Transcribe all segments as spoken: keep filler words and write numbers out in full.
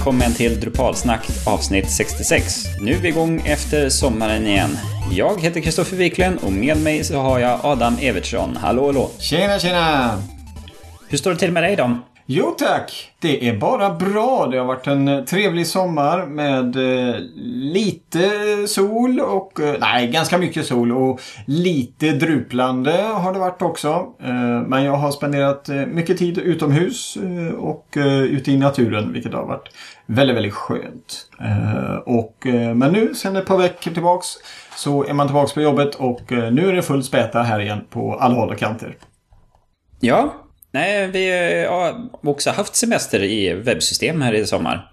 välkommen till Drupalsnack avsnitt sextiosex. Nu är vi igång efter sommaren igen. Jag heter Kristoffer Wiklund och med mig så har jag Adam Evertsson. Hallå, hallå. Tjena, tjena. Hur står det till med dig då? Jo tack, det är bara bra. Det har varit en trevlig sommar med eh, lite sol och, eh, nej ganska mycket sol och lite druplande har det varit också. Eh, men jag har spenderat eh, mycket tid utomhus eh, och eh, ute i naturen, vilket har varit väldigt, väldigt skönt. Eh, och, eh, men nu, sen ett par veckor tillbaks, så är man tillbaks på jobbet och eh, nu är det full späta här igen på alla håll och kanter. Ja. Nej, vi har också haft semester i webbsystem här i sommar.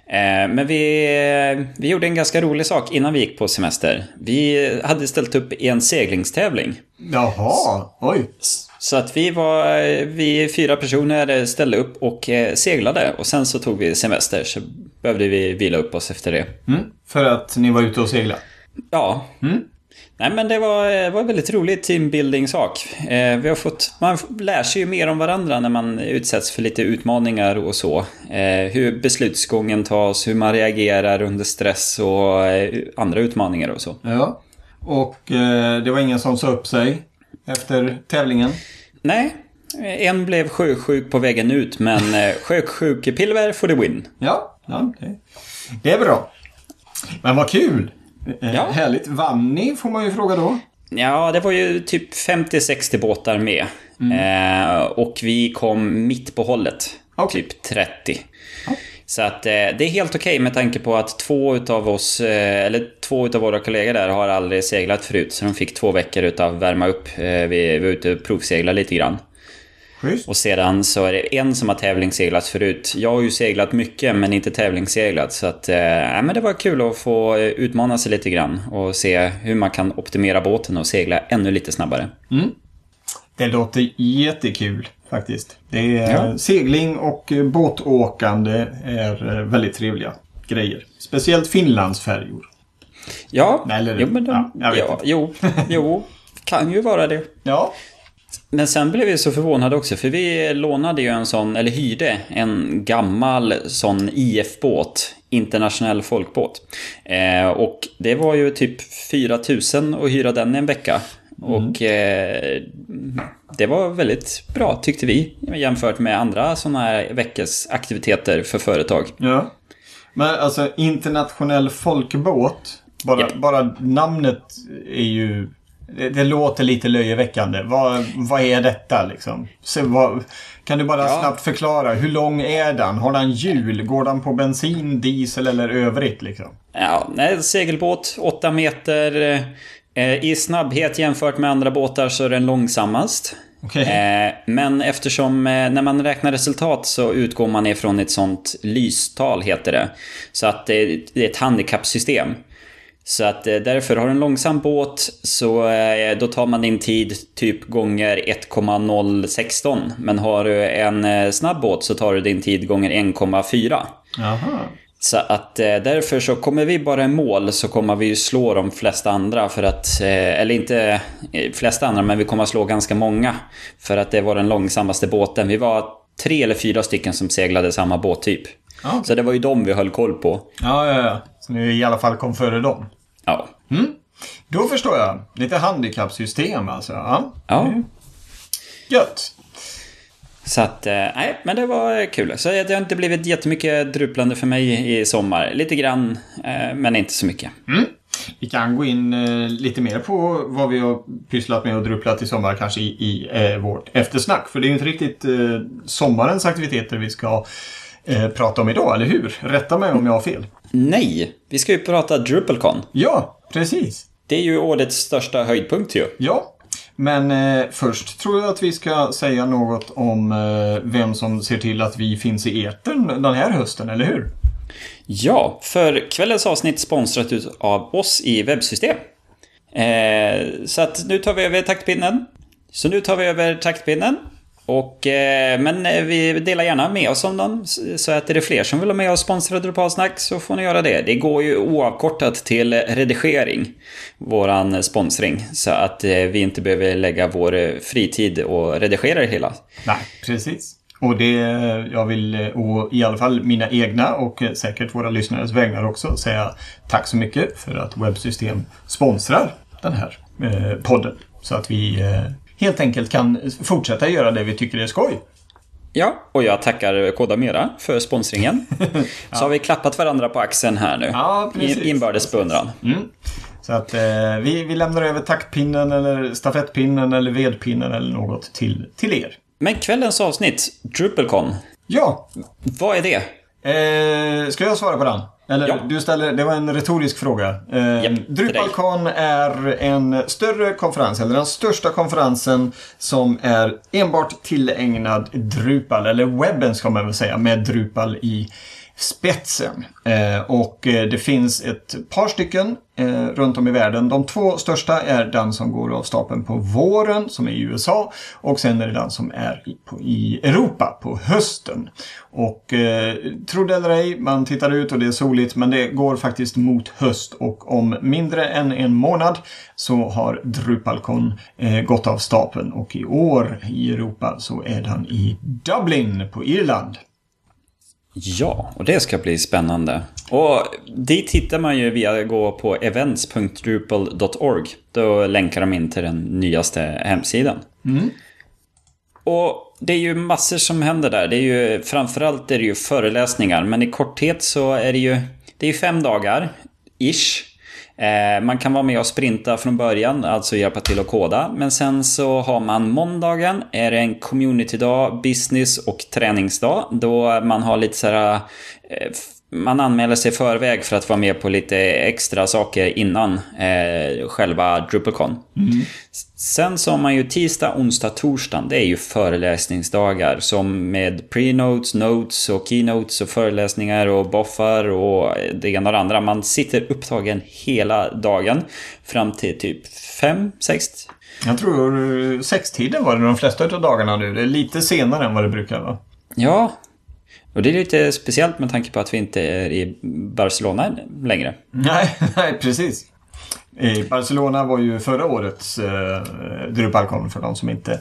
Men vi, vi gjorde en ganska rolig sak innan vi gick på semester. Vi hade ställt upp i en seglingstävling. Jaha, oj. Så att vi var, vi fyra personer ställde upp och seglade. Och sen så tog vi semester, så behövde vi vila upp oss efter det. Mm, för att ni var ute och segla? Ja. Mm. Nej, men det var, var en väldigt rolig teambuilding-sak. Eh, vi har fått, man lär sig ju mer om varandra när man utsätts för lite utmaningar och så. Eh, hur beslutsgången tas, hur man reagerar under stress och eh, andra utmaningar och så. Ja, och eh, det var ingen som sa upp sig efter tävlingen? Nej, en blev sjösjuk på vägen ut, men eh, sjösjukepiller for the win. Ja, ja det, det är bra. Men vad kul! Ja. Härligt. Vann ni, får man ju fråga då. Ja, det var ju typ femtio sextio båtar med. Mm. Eh, och vi kom mitt på hållet. Okay. Typ trettio. Ja. Så att eh, det är helt okej med tanke på att två utav oss, eh, eller två utav våra kollegor där har aldrig seglat förut. Så de fick två veckor utav värma upp. Eh, vi, vi var ute och provsegla lite grann. Just. Och sedan så är det en som har tävlingsseglat förut. Jag har ju seglat mycket men inte tävlingsseglat. Så att, eh, men det var kul att få utmana sig lite grann. Och se hur man kan optimera båten och segla ännu lite snabbare. Mm. Det låter jättekul faktiskt. Det är, ja. Segling och båtåkande är väldigt trevliga grejer. Speciellt Finlandsfärjor. Ja, Eller, jo, men de, ja, jag vet ja, inte. jo, jo, kan ju vara det. Ja. Men sen blev vi så förvånade också, för vi lånade ju en sån, eller hyrde en gammal sån I F-båt, internationell folkbåt. Eh, och det var ju typ fyra tusen att hyra den en vecka. Mm. Och eh, det var väldigt bra tyckte vi, jämfört med andra såna här veckors aktiviteter för företag. Ja, men alltså internationell folkbåt, bara, yep. bara namnet är ju... Det, det låter lite löjeväckande. Vad, vad är detta liksom? Så, vad, kan du bara ja. snabbt förklara, hur lång är den? Har den hjul? Går den på bensin, diesel eller övrigt liksom? Ja, nej, segelbåt, åtta meter. Eh, I snabbhet jämfört med andra båtar så är den långsammast. Okay. Eh, men eftersom eh, när man räknar resultat så utgår man ifrån ett sånt lystal heter det. Så att det, det är ett handikappsystem. Så att därför har du en långsam båt så eh, då tar man din tid typ gånger ett komma noll sexton. Men har du en eh, snabb båt så tar du din tid gånger en komma fyra. Jaha. Så att eh, därför så kommer vi bara i mål så kommer vi ju slå de flesta andra för att, eh, eller inte eh, flesta andra men vi kommer att slå ganska många. För att det var den långsammaste båten. Vi var tre eller fyra stycken som seglade samma båttyp. Okay. Så det var ju dem vi höll koll på. Ja, ja, ja. Så ni i alla fall kom före dem. Ja. Mm. Då förstår jag. Lite handikappsystem alltså. Ja. Ja. Mm. Gött. Så att, nej, men det var kul. Så det har inte blivit jättemycket druplande för mig i sommar. Lite grann, men inte så mycket. Mm. Vi kan gå in eh, lite mer på vad vi har pysslat med och drupplat i sommar kanske i, i eh, vårt eftersnack. För det är ju inte riktigt eh, sommarens aktiviteter vi ska eh, prata om idag, eller hur? Rätta mig om jag har fel. Nej, vi ska ju prata DrupalCon. Ja, precis. Det är ju årets största höjdpunkt ju. Ja, men eh, först tror jag att vi ska säga något om eh, vem som ser till att vi finns i etern den här hösten, eller hur? Ja, för kvällens avsnitt sponsrat ut av oss i webbsystem. Eh, så att nu tar vi över taktpinnen. Så nu tar vi över taktpinnen. Och, eh, men vi delar gärna med oss om dem. Så att är det fler som vill ha med och sponsra Drupalsnack så får ni göra det. Det går ju oavkortat till redigering, våran sponsring. Så att eh, vi inte behöver lägga vår fritid och redigera det hela. Nej, precis. Och det, jag vill, och i alla fall mina egna och säkert våra lyssnares vägnar också, säga tack så mycket för att Webbsystem sponsrar den här eh, podden. Så att vi eh, helt enkelt kan fortsätta göra det vi tycker är skoj. Ja, och jag tackar Kodamera för sponsringen. ja. Så har vi klappat varandra på axeln här nu. Ja, precis. Inbördes beundran. Mm. Så att eh, vi, vi lämnar över taktpinnen eller stafettpinnen eller vedpinnen eller något till, till er. Men kvällens avsnitt, DrupalCon. Ja. Vad är det? Eh, ska jag svara på den? Eller ja. du ställer, det var en retorisk fråga. Eh, Japp, DrupalCon är en större konferens, eller den största konferensen som är enbart tillägnad Drupal, eller webben ska man väl säga, med Drupal i spetsen. Eh, och eh, det finns ett par stycken eh, runt om i världen. De två största är den som går av stapeln på våren, som är i U S A, och sen är det den som är i, på, i Europa på hösten. Och eh, tro det eller ej, man tittar ut och det är soligt, men det går faktiskt mot höst, och om mindre än en månad så har DrupalCon eh, gått av stapeln, och i år i Europa så är den i Dublin på Irland. Ja, och det ska bli spännande. Och dit hittar man ju via gå på events punkt drupal punkt org. Då länkar de in till den nyaste hemsidan. Mm. Och det är ju massor som händer där. Det är ju, framförallt är det ju föreläsningar. Men i korthet så är det ju, det är fem dagar, ish. Eh, man kan vara med och sprinta från början, alltså hjälpa till att koda. Men sen så har man måndagen, är det en community-dag, business och träningsdag. Då man har lite så här, eh, man anmäler sig i förväg för att vara med på lite extra saker innan eh, själva DrupalCon. Mm. Sen så har man ju tisdag, onsdag, torsdag. Det är ju föreläsningsdagar som med pre-notes, notes och keynotes och föreläsningar och boffar och det ena och det andra. Man sitter upptagen hela dagen fram till typ fem, sex. Jag tror sextiden var det de flesta av dagarna nu. Det är lite senare än vad det brukar vara. Ja. Och det är lite speciellt med tanke på att vi inte är i Barcelona längre. Nej, nej precis. I Barcelona var ju förra årets eh, DrupalCon för de som inte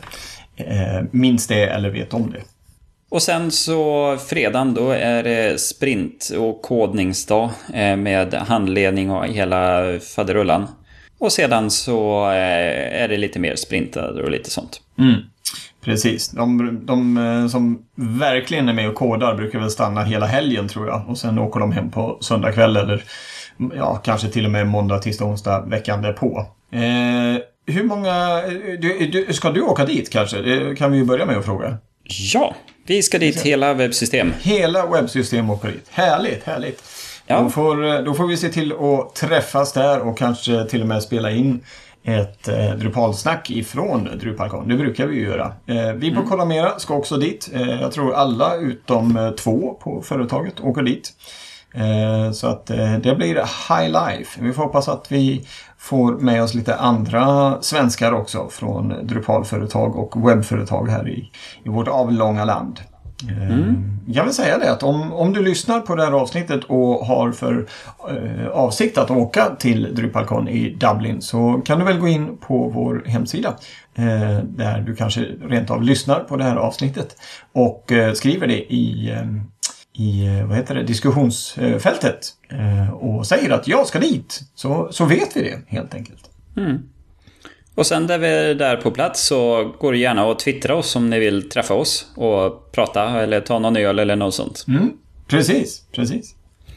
eh, minns det eller vet om det. Och sen så fredagen då är det sprint och kodningsdag eh, med handledning och hela faderullan. Och sedan så eh, är det lite mer sprintar och lite sånt. Mm. Precis. De, de som verkligen är med och kodar brukar väl stanna hela helgen tror jag. Och sen åker de hem på söndag kväll eller ja, kanske till och med måndag, tisdag, onsdag veckan därpå. Eh, hur många... Du, du, ska du åka dit kanske? Det kan vi ju börja med att fråga. Ja, vi ska dit hela webbsystem. Hela webbsystem åker dit. Härligt, härligt. Ja. Då, får, då får vi se till att träffas där och kanske till och med spela in ett eh, Drupalsnack ifrån DrupalCon. Det brukar vi ju göra. Eh, vi på mm. Kodamera ska också dit. Eh, jag tror alla utom eh, två på företaget åker dit. Eh, så att eh, det blir high life. Vi får hoppas att vi får med oss lite andra svenskar också från Drupalföretag och webbföretag här i, i vårt avlånga land. Mm. Jag vill säga det att om, om du lyssnar på det här avsnittet och har för eh, avsikt att åka till DrupalCon i Dublin så kan du väl gå in på vår hemsida eh, där du kanske rent av lyssnar på det här avsnittet och eh, skriver det i, eh, i vad heter det, diskussionsfältet eh, och säger att jag ska dit, så, så vet vi det helt enkelt. Mm. Och sen där vi är där på plats så går det gärna att twittra oss om ni vill träffa oss och prata eller ta någon öl eller något sånt. Mm, precis, precis.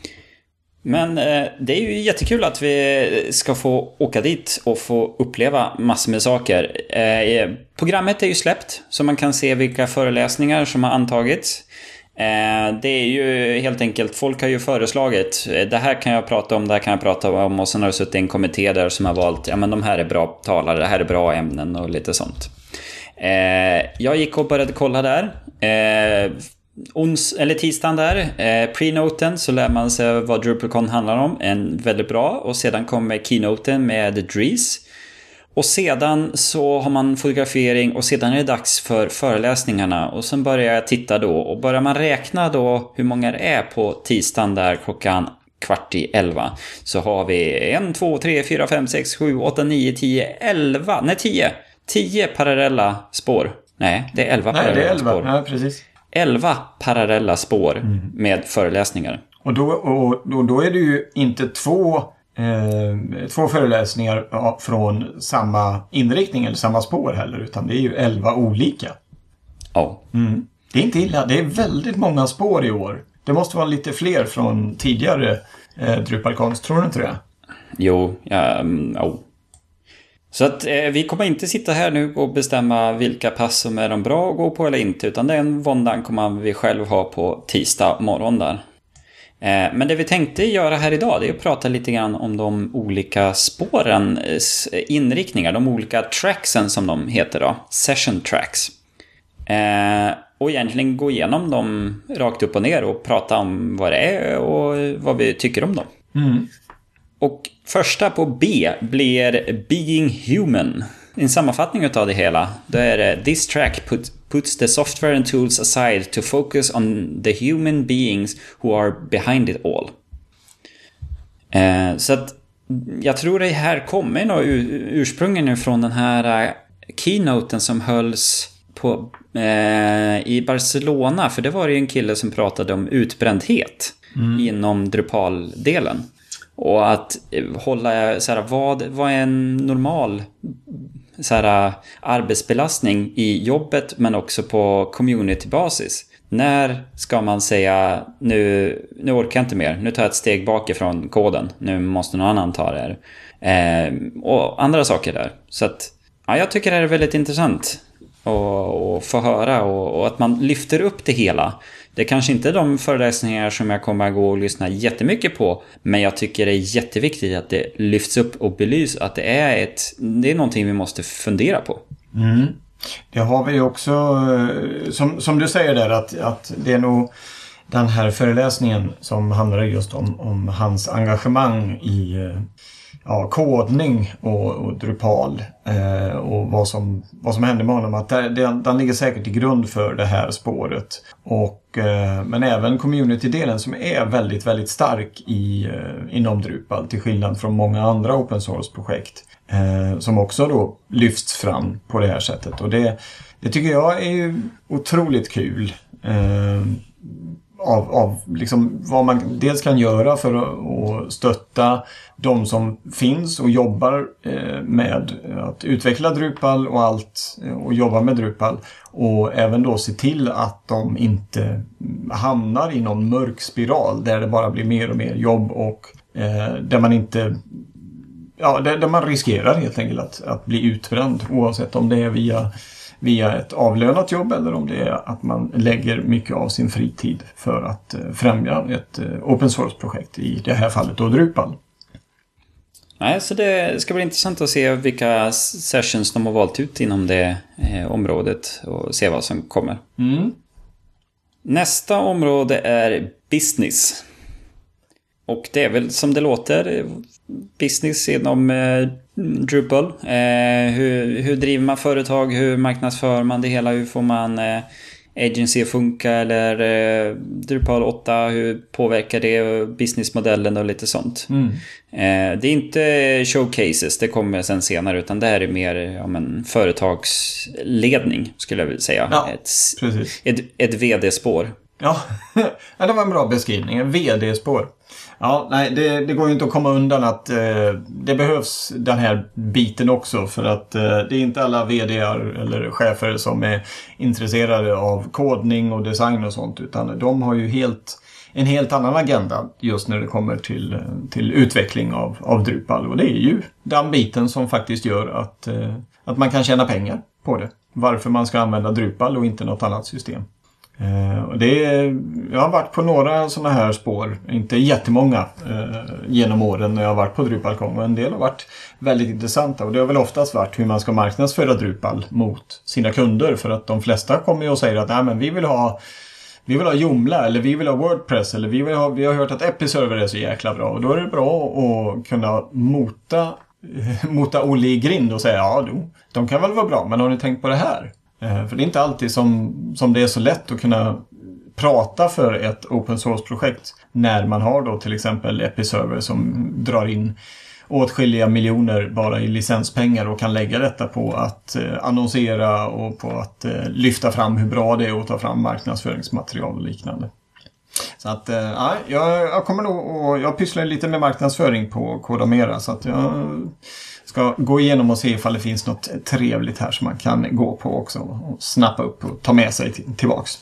Men eh, det är ju jättekul att vi ska få åka dit och få uppleva massor med saker. Eh, programmet är ju släppt så man kan se vilka föreläsningar som har antagits. Eh, det är ju helt enkelt, folk har ju föreslagit det här kan jag prata om, det här kan jag prata om, och sen har det suttit en kommitté där som har valt, ja men de här är bra talare, det här är bra ämnen och lite sånt. eh, Jag gick och började kolla där eh, ons, eller tisdagen där eh, prenoten, så lär man sig vad DrupalCon handlar om, en väldigt bra, och sedan kommer keynoten med Dries. Och sedan så har man fotografering och sedan är det dags för föreläsningarna. Och sen börjar jag titta då. Och börjar man räkna då hur många det är på tisdagen där klockan kvart i elva. Så har vi en, två, tre, fyra, fem, sex, sju, åtta, nio, tio, elva. Nej, tio. Tio parallella spår. Nej, det är elva Nej, parallella det är elva. spår. Ja, precis. elva parallella spår mm. med föreläsningar. Och då, och, och då är det ju inte två, eh, två föreläsningar från samma inriktning eller samma spår heller, utan det är ju elva olika. Ja. Mm. Det är inte illa, det är väldigt många spår i år. Det måste vara lite fler från tidigare eh, DrupalCons, tror du inte det? Jo, ja, um, oh. Så att eh, vi kommer inte sitta här nu och bestämma vilka pass som är de bra att gå på eller inte, utan det är en våndan kommer vi själv ha på tisdag morgon där. Eh, men det vi tänkte göra här idag, det är att prata lite grann om de olika spårens inriktningar, de olika tracksen som de heter då, session tracks. Eh, och egentligen gå igenom dem rakt upp och ner och prata om vad det är och vad vi tycker om dem. Mm. Och första på B blir Being Human. En sammanfattning av det hela. Då är det This track put, puts the software and tools aside to focus on the human beings who are behind it all. Eh, så att jag tror det här kommer nog ursprungligen nu från den här uh, keynoten som hölls på, eh, i Barcelona. För det var ju en kille som pratade om utbrändhet mm. inom Drupal-delen. Och att hålla så här, vad, vad är en normal så här, arbetsbelastning i jobbet men också på community-basis. När ska man säga nu, nu orkar jag inte mer, nu tar jag ett steg bakifrån koden, nu måste någon annan ta det här. Eh, och andra saker där. Så att ja, jag tycker det är väldigt intressant att, att få höra och, och att man lyfter upp det hela. Det är kanske inte de föreläsningar som jag kommer att gå och lyssna jättemycket på, men jag tycker det är jätteviktigt att det lyfts upp och belys att det är ett, det är någonting vi måste fundera på. Mm. Det har vi också, som, som du säger där, att, att det är nog den här föreläsningen som handlar just om, om hans engagemang i ja, kodning och, och Drupal eh, och vad som, vad som hände med honom. Att det, det, den ligger säkert till grund för det här spåret. Och, eh, men även community-delen som är väldigt, väldigt stark i, eh, inom Drupal till skillnad från många andra open source-projekt. Eh, som också då lyfts fram på det här sättet. Och det, det tycker jag är ju otroligt kul. Eh, av, av liksom vad man dels kan göra för att, att stötta de som finns och jobbar eh, med att utveckla Drupal och allt och jobba med Drupal. Och även då se till att de inte hamnar i någon mörk spiral där det bara blir mer och mer jobb och eh, där man inte ja, där, där man riskerar helt enkelt att, att bli utbränd oavsett om det är via, via ett avlönat jobb eller om det är att man lägger mycket av sin fritid för att eh, främja ett eh, open source-projekt, i det här fallet då Drupal. Nej, så det ska bli intressant att se vilka sessions de har valt ut inom det eh, området och se vad som kommer. Mm. Nästa område är business. Och det är väl som det låter business inom eh, Drupal. Eh, hur, hur driver man företag? Hur marknadsför man det hela? Hur får man eh, agency att funka? Eller eh, Drupal åtta, hur påverkar det businessmodellen och lite sånt? Mm. Eh, det är inte showcases, det kommer sen senare, utan det här är mer ja, men, företagsledning skulle jag vilja säga. Ja, ett, precis. Ett, ett vd-spår. Ja, det var en bra beskrivning. En vd-spår. Ja, nej, det, det går ju inte att komma undan att eh, det behövs den här biten också. För att eh, det är inte alla vd:ar eller chefer som är intresserade av kodning och design och sånt. Utan de har ju helt, en helt annan agenda just när det kommer till, till utveckling av, av Drupal. Och det är ju den biten som faktiskt gör att, eh, att man kan tjäna pengar på det. Varför man ska använda Drupal och inte något annat system. Uh, och det är, jag har varit på några sådana här spår, inte jättemånga uh, genom åren när jag har varit på DrupalCon, och en del har varit väldigt intressanta, och det har väl oftast varit hur man ska marknadsföra Drupal mot sina kunder, för att de flesta kommer ju och säger att nej, men vi vill ha vi vill ha Joomla, eller vi vill ha WordPress, eller vi vill ha, vi har hört att Episerver är så jäkla bra, och då är det bra att kunna mota mota Olle i grind och säga ja, då, de kan väl vara bra, men har ni tänkt på det här? För det är inte alltid som, som det är så lätt att kunna prata för ett open source-projekt när man har då till exempel Episerver som drar in åtskilliga miljoner bara i licenspengar och kan lägga detta på att eh, annonsera och på att eh, lyfta fram hur bra det är att ta fram marknadsföringsmaterial och liknande. Så att eh, ja, jag, jag kommer nog och jag pysslar lite med marknadsföring på Kodamera, så att jag ska gå igenom och se ifall det finns något trevligt här som man kan gå på också och snappa upp och ta med sig till, tillbaks.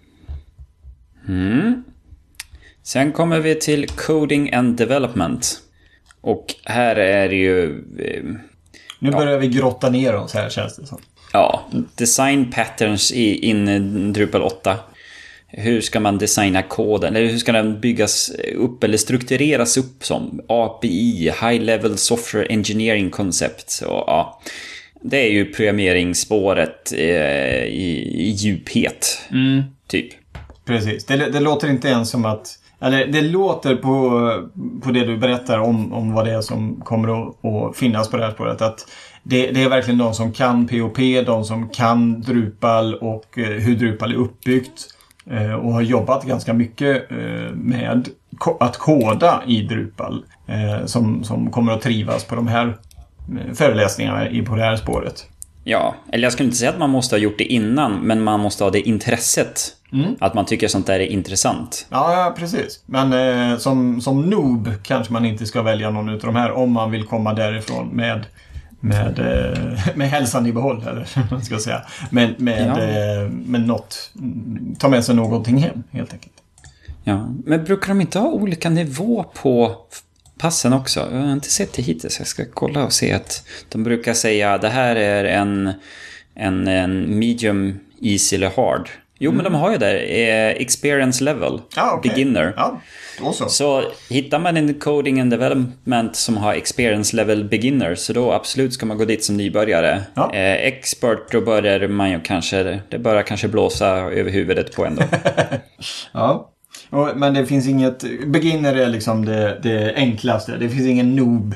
Mm. Sen kommer vi till Coding and Development. Och här är det ju... Eh, nu börjar ja. vi grotta ner oss här, känns det som. Ja, design patterns i in Drupal åtta. Hur ska man designa koden? Eller hur ska den byggas upp eller struktureras upp som A P I, High Level Software Engineering Concept. Och, ja, det är ju programmeringsspåret eh, i, i djuphet, mm. typ. Precis, det, det låter inte ens som att... Eller det låter på, på det du berättar om, om vad det är som kommer att, att finnas på det här spåret. Att det, det är verkligen de som kan P O P, de som kan Drupal och eh, hur Drupal är uppbyggt. Eh, och har jobbat ganska mycket eh, med ko- att koda i Drupal. Eh, som, som kommer att trivas på de här eh, föreläsningarna i, på det här spåret. Ja, eller jag skulle inte säga att man måste ha gjort det innan, men man måste ha det intresset. Mm. Att man tycker sånt där är intressant. Ja, ja precis. Men eh, som, som noob kanske man inte ska välja någon av de här om man vill komma därifrån med, med, eh, med hälsan i behåll. Eller vad ska jag säga. Med, med, ja. eh, med något. Ta med sig någonting hem, helt enkelt. Ja, men brukar de inte ha olika nivå på passen också? Jag har inte sett det hittills. Jag ska kolla och se att de brukar säga det här är en, en, en medium, easy eller hard. Jo, mm. men de har ju där eh, experience level, ah, okay. beginner. Ja, då så. Så hittar man en coding and development som har experience level beginner, så då absolut ska man gå dit som nybörjare. Ja. Eh, expert, då börjar man ju kanske, det börjar kanske blåsa över huvudet på en då. Ja, och, men det finns inget, beginner är liksom det, det enklaste, det finns ingen noob.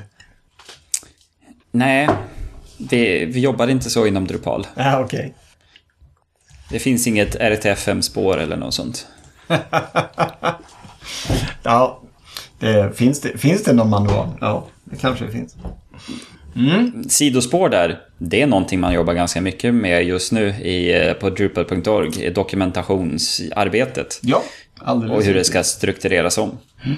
Nej, vi, vi jobbar inte så inom Drupal. Ja, okej. Okay. Det finns inget R T F fem-spår eller något sånt. Ja, det, finns, det, finns det någon manual? Ja, det kanske det finns. Mm. Sidospår där, det är någonting man jobbar ganska mycket med just nu i, på Drupal punkt org, dokumentationsarbetet. Ja, alldeles. Och hur det ska struktureras om. Mm.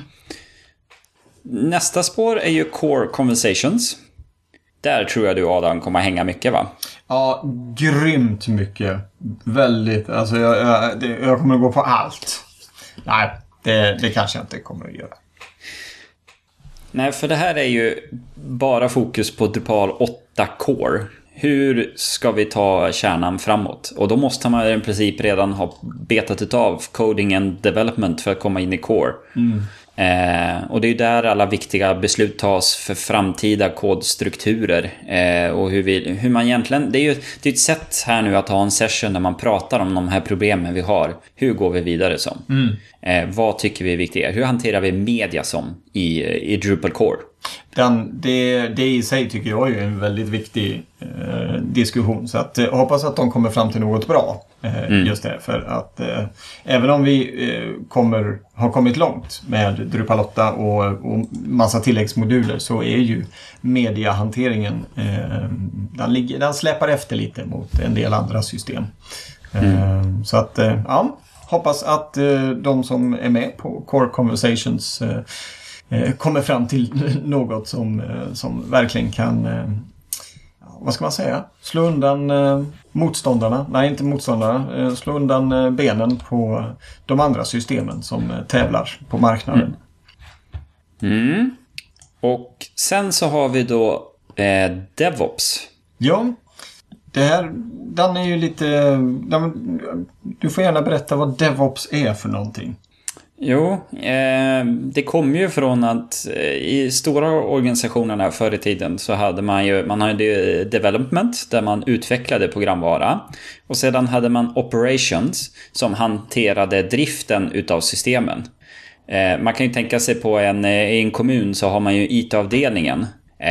Nästa spår är ju Core Conversations. Där tror jag du, Adam, kommer hänga mycket, va? Ja, grymt mycket. Väldigt. Alltså jag, jag, det, jag kommer att gå på allt. Nej, det, det kanske jag inte kommer att göra. Nej, för det här är ju bara fokus på Drupal åtta Core. Hur ska vi ta kärnan framåt? Och då måste man i princip redan ha betat utav coding and development för att komma in i Core. Mm. Eh, och det är ju där alla viktiga beslut tas för framtida kodstrukturer eh, och hur, vi, hur man egentligen, det är ju det är ett sätt här nu att ha en session där man pratar om de här problemen vi har. Hur går vi vidare som? Mm. Eh, vad tycker vi är viktiga? Hur hanterar vi media som i, i Drupal Core? Den, det, det i sig tycker jag är en väldigt viktig eh, diskussion, så att, eh, hoppas att de kommer fram till något bra. Mm. Just det, för att eh, även om vi eh, kommer, har kommit långt med Drupal åtta och, och massa tilläggsmoduler, så är ju mediahanteringen eh, den, ligger, den släpar efter lite mot en del andra system. Mm. Eh, så att eh, ja, hoppas att eh, de som är med på Core Conversations eh, kommer fram till något som, eh, som verkligen kan eh, vad ska man säga? Slå undan eh, motståndarna. Nej, inte motståndarna. Eh, slå undan eh, benen på de andra systemen som eh, tävlar på marknaden. Mm. Mm. Och sen så har vi då eh, DevOps. Ja, det här, den är ju lite... Den, du får gärna berätta vad DevOps är för någonting. Jo, eh, det kommer ju från att eh, i stora organisationerna förr i tiden så hade man ju, man hade development där man utvecklade programvara, och sedan hade man operations som hanterade driften utav systemen. Eh, man kan ju tänka sig på en, i en kommun så har man ju I T-avdelningen.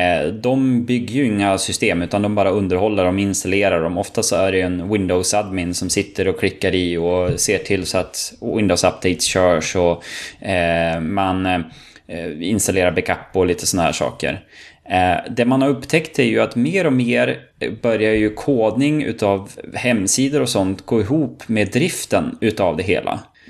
De bygger ju inga system utan de bara underhåller dem, installerar dem. Ofta så är det en Windows-admin som sitter och klickar i och ser till så att Windows-updates körs och eh, man eh, installerar backup och lite såna här saker. Eh, det man har upptäckt är ju att mer och mer börjar ju kodning utav hemsidor och sånt gå ihop med driften utav det hela.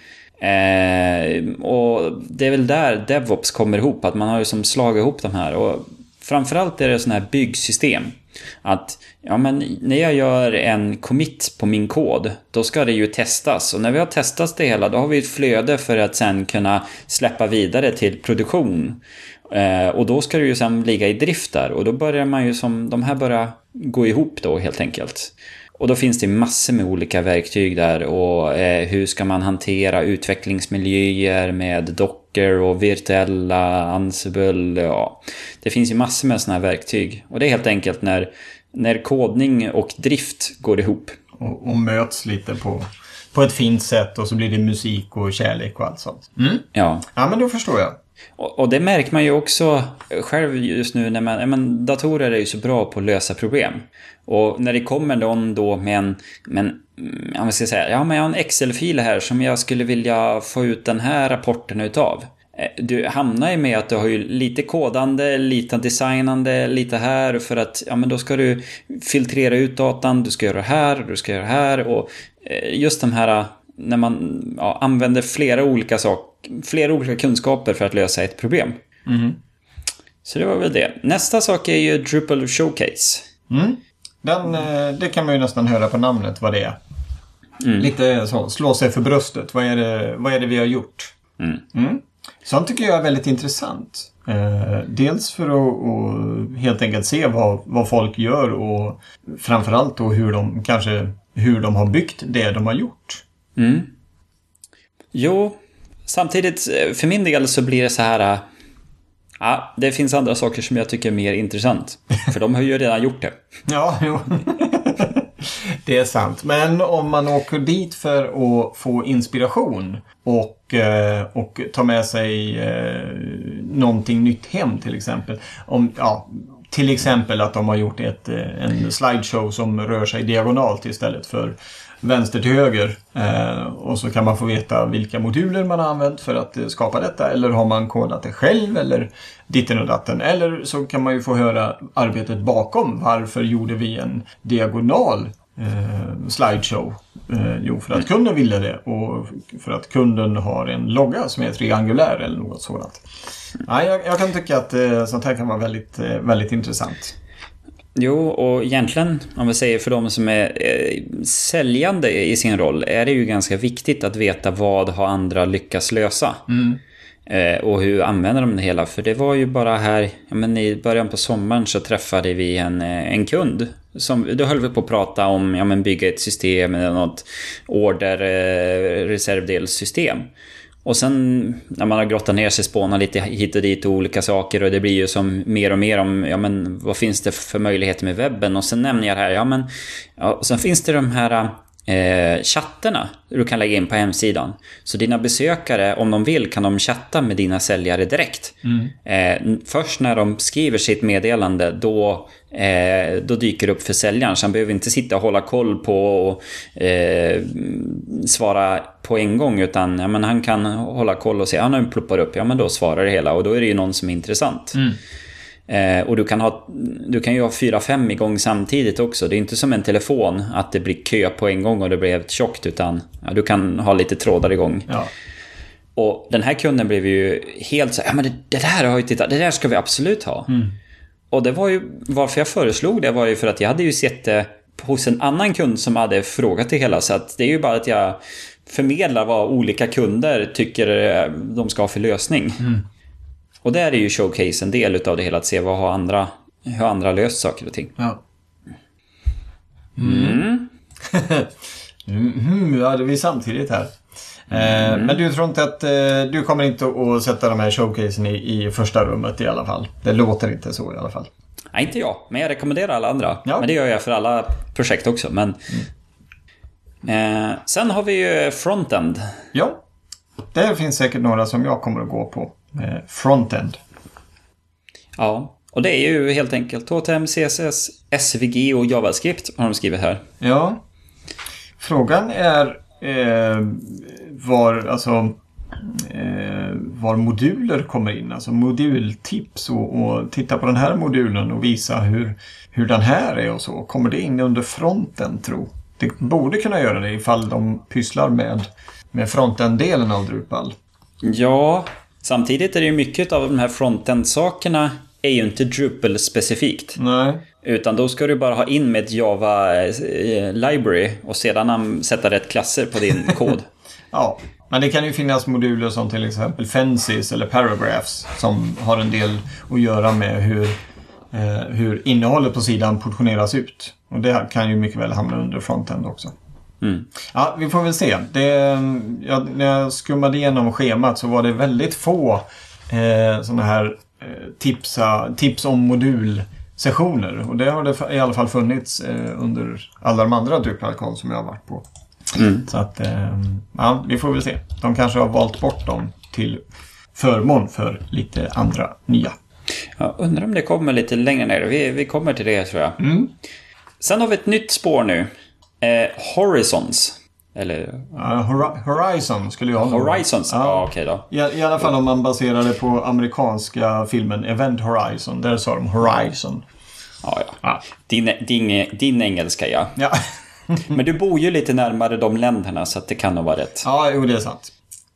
Eh, och det är väl där DevOps kommer ihop, att man har ju som slagit ihop de här. Och framförallt är det sådana här byggsystem. Att ja, men när jag gör en commit på min kod, då ska det ju testas. Och när vi har testat det hela, då har vi ett flöde för att sen kunna släppa vidare till produktion. Eh, och då ska det ju sen ligga i drift där. Och då börjar man ju som, de här börjar gå ihop då helt enkelt. Och då finns det massor med olika verktyg där. Och eh, hur ska man hantera utvecklingsmiljöer med Docker och virtuella Ansible. Ja. Det finns ju massor med sådana här verktyg. Och det är helt enkelt när, när kodning och drift går ihop. Och, och möts lite på, på ett fint sätt, och så blir det musik och kärlek och allt sånt. Mm. Ja. Ja, men då förstår jag. Och, och det märker man ju också själv just nu när man, ja, men datorer är ju så bra på att lösa problem. Och när det kommer någon då med en, med en jag ska säga, ja men jag har en Excel-fil här som jag skulle vilja få ut den här rapporten utav. Du hamnar ju med att du har ju lite kodande, lite designande, lite här för att ja men då ska du filtrera ut datan, du ska göra det här, du ska göra det här, och just de här när man ja, använder flera olika saker, flera olika kunskaper för att lösa ett problem. Mm. Så det var väl det. Nästa sak är ju Drupal Showcase. Mm. Den, det kan man ju nästan höra på namnet vad det är. Mm. Lite så, slå sig för bröstet. Vad är det, vad är det vi har gjort? Mm. Mm. Sånt tycker jag är väldigt intressant. Eh, dels för att och helt enkelt se vad, vad folk gör, och framförallt då hur de kanske hur de har byggt det de har gjort. Mm. Jo, samtidigt för min del så blir det så här. Ja, det finns andra saker som jag tycker är mer intressant. För de har ju redan gjort det. Ja, jo. Det är sant. Men om man åker dit för att få inspiration och, och ta med sig eh, någonting nytt hem till exempel. Om, ja, till exempel att de har gjort ett, en slideshow som rör sig diagonalt istället för vänster till höger. Eh, och så kan man få veta vilka moduler man har använt för att skapa detta. Eller har man kodat det själv eller ditten och datten. Eller så kan man ju få höra arbetet bakom. Varför gjorde vi en diagonal eh, slideshow? Eh, jo, för att kunden ville det. Och för att kunden har en logga som är triangulär eller något sådant. Ja, jag, jag kan tycka att eh, sånt här kan vara väldigt, eh, väldigt intressant. Jo, och egentligen, om vi säger för de som är eh, säljande i sin roll, är det ju ganska viktigt att veta vad har andra lyckats lösa. Mm. Eh, och hur använder de det hela. För det var ju bara här, ja, men i början på sommaren så träffade vi en, en kund. Som, då höll vi på att prata om ja, men bygga ett system eller något order eh, reservdelssystem. Och sen när man har grottat ner sig, spånar lite hit och dit och olika saker, och det blir ju som mer och mer om ja men vad finns det för möjligheter med webben, och sen nämner jag här ja men ja, och sen finns det de här eh, chatterna du kan lägga in på hemsidan, så dina besökare om de vill kan de chatta med dina säljare direkt. Mm. Eh, först när de skriver sitt meddelande då Eh, då dyker det upp för säljaren, så han behöver inte sitta och hålla koll på och eh, svara på en gång, utan ja, men han kan hålla koll och se, ja nu ploppar upp, ja men då svarar det hela, och då är det ju någon som är intressant. Mm. eh, och du kan, ha, du kan ju ha fyra, fem igång samtidigt också. Det är inte som en telefon att det blir kö på en gång och det blir helt tjockt, utan ja, du kan ha lite trådar igång. Ja. Och den här kunden blev ju helt så ja men det, det där har jag tittat, det där ska vi absolut ha. Mm. Och det var ju, varför jag föreslog det var ju för att jag hade ju sett det hos en annan kund som hade frågat det hela. Så att det är ju bara att jag förmedlar vad olika kunder tycker de ska ha för lösning. Mm. Och där är ju Showcase en del av det hela, att se vad har andra, hur andra löst saker och ting. Ja. Mm. mm, ja, det är vi samtidigt här. Mm. Men du tror inte att du kommer inte att sätta de här showcasen i, i första rummet i alla fall? Det låter inte så i alla fall. Nej, inte jag. Men jag rekommenderar alla andra. Ja. Men det gör jag för alla projekt också. Men mm. eh, sen har vi ju Frontend. Ja, det finns säkert några som jag kommer att gå på. Eh, Frontend. Ja, och det är ju helt enkelt H T M L, C S S, S V G och JavaScript har de skrivit här. Ja, frågan är... Eh, var, alltså, eh, var moduler kommer in. Alltså modultips och, och titta på den här modulen och visa hur, hur den här är och så. Kommer det in under fronten, tro? Det borde kunna göra det ifall de pysslar med, med fronten-delen av Drupal. Ja, samtidigt är det ju mycket av de här frontend-sakerna är ju inte Drupal-specifikt. Nej. Utan då ska du bara ha in med ett Java-library och sedan sätta rätt klasser på din kod. Ja, men det kan ju finnas moduler som till exempel Fences eller Paragraphs som har en del att göra med hur, eh, hur innehållet på sidan portioneras ut. Och det kan ju mycket väl hamna under frontend också. Mm. Ja, vi får väl se. Det, ja, när jag skummade igenom schemat så var det väldigt få eh, sådana här eh, tipsa, tips om modulsessioner. Och det har det i alla fall funnits eh, under alla de andra Drupal-kon som jag har varit på. Mm. Så att, eh, ja, vi får väl se. De kanske har valt bort dem till förmån för lite andra nya. Jag undrar om det kommer lite längre ner. Vi, vi kommer till det, tror jag. Mm. Sen har vi ett nytt spår nu. Eh, Horizons. Eller... Uh, Horizon skulle jag ha. Horizons, ja, ja okej okay då. I, I alla fall om man baserar det på amerikanska filmen Event Horizon. Där sa de Horizon. Ja, ja. ja. Din, din, din engelska, ja. Ja. Men du bor ju lite närmare de länderna så att det kan nog vara rätt. Ja, jo, det är sant.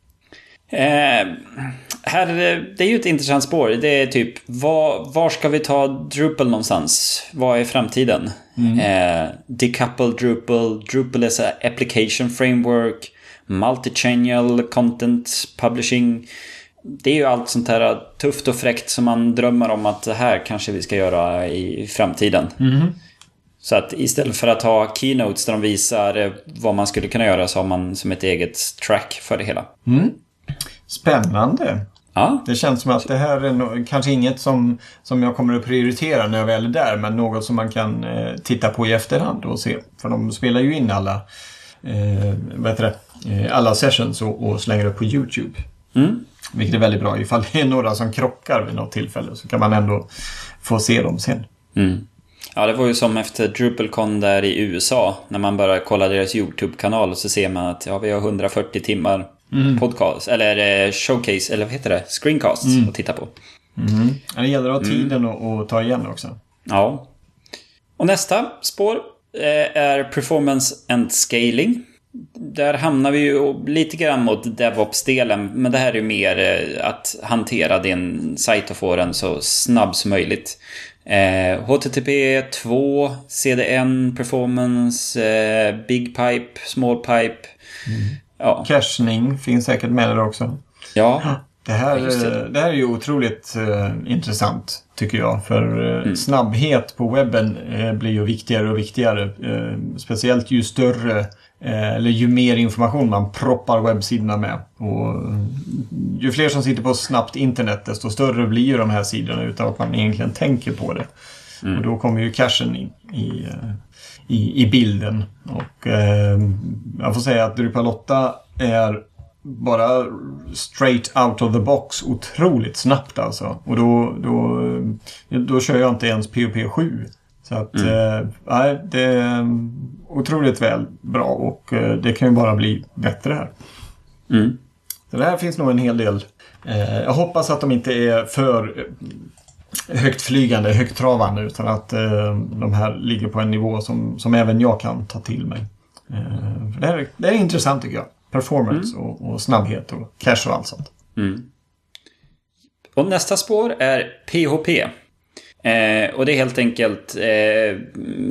Eh, här, det är ju ett intressant spår. Det är typ, var, var ska vi ta Drupal någonstans? Vad är framtiden? Mm. Eh, decouple Drupal, Drupal as a application framework, multi-channel content publishing. Det är ju allt sånt här tufft och fräckt som man drömmer om att det här kanske vi ska göra i framtiden. Mm. Så att istället för att ha keynotes där de visar vad man skulle kunna göra så har man som ett eget track för det hela. Mm. Spännande. Ja. Det känns som att det här är no- kanske inget som, som jag kommer att prioritera när jag väl är där, men något som man kan eh, titta på i efterhand och se. För de spelar ju in alla, eh, vad heter det? Eh, alla sessions och, och slänger upp på YouTube. Mm. Vilket är väldigt bra. Ifall det är några som krockar vid något tillfälle så kan man ändå få se dem sen. Mm. Ja, det var ju som efter DrupalCon där i U S A. När man bara kollar deras YouTube-kanal så ser man att ja, vi har hundrafyrtio timmar mm. podcast. Eller showcase, eller vad heter det? Screencasts mm. att titta på. Mm. Ja, det gäller att ha tiden mm. att, att ta igen också. Ja. Och nästa spår eh, är Performance and Scaling. Där hamnar vi ju lite grann mot DevOps-delen. Men det här är ju mer eh, att hantera din sajt och få den så snabb som möjligt. Eh, H T T P två, C D N, Performance, eh, Big Pipe, Small Pipe. Mm. Ja. Cachning finns säkert med där också. Ja. Det här, det. det här är ju otroligt uh, intressant tycker jag. För uh, mm. snabbhet på webben uh, blir ju viktigare och viktigare. Uh, speciellt ju större uh, eller ju mer information man proppar webbsidorna med. Och uh, ju fler som sitter på snabbt internet desto större blir ju de här sidorna utan att man egentligen tänker på det. Mm. Och då kommer ju cachen in i, uh, i, i bilden. Och uh, jag får säga att Drupal åtta är bara straight out of the box otroligt snabbt alltså. Och då, då, då kör jag inte ens P O P sju. Så att mm. eh, nej, det är otroligt väl bra och eh, det kan ju bara bli bättre här. Mm. Så det här finns nog en hel del. Eh, jag hoppas att de inte är för högt flygande, högt travande utan att eh, de här ligger på en nivå som, som även jag kan ta till mig. Eh, för det, här, det är intressant tycker jag. Performance mm. och, och snabbhet och cache och allt sånt. Mm. Och nästa spår är P H P. Eh, och det är helt enkelt eh,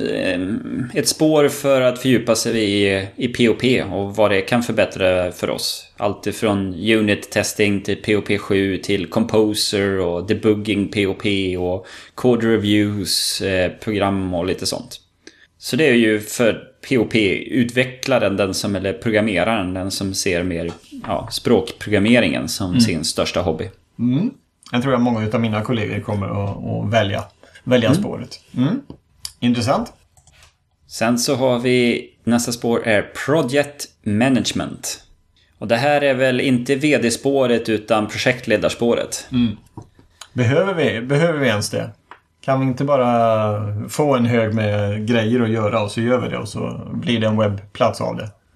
ett spår för att fördjupa sig i, i P H P och vad det kan förbättra för oss. Allt ifrån unit testing till P H P sju till Composer och debugging P H P och code reviews, eh, program och lite sånt. Så det är ju för P H P-utvecklaren, den som, eller programmeraren, den som ser mer ja, språkprogrammeringen som mm. sin största hobby. Mm. Jag tror att många av mina kollegor kommer att, att välja, välja mm. spåret. Mm. Intressant. Sen så har vi nästa spår är Project Management. Och det här är väl inte V D-spåret utan projektledarspåret. Mm. Behöver vi, behöver vi ens det? Kan vi inte bara få en hög med grejer att göra och så gör vi det och så blir det en webbplats av det? Mm.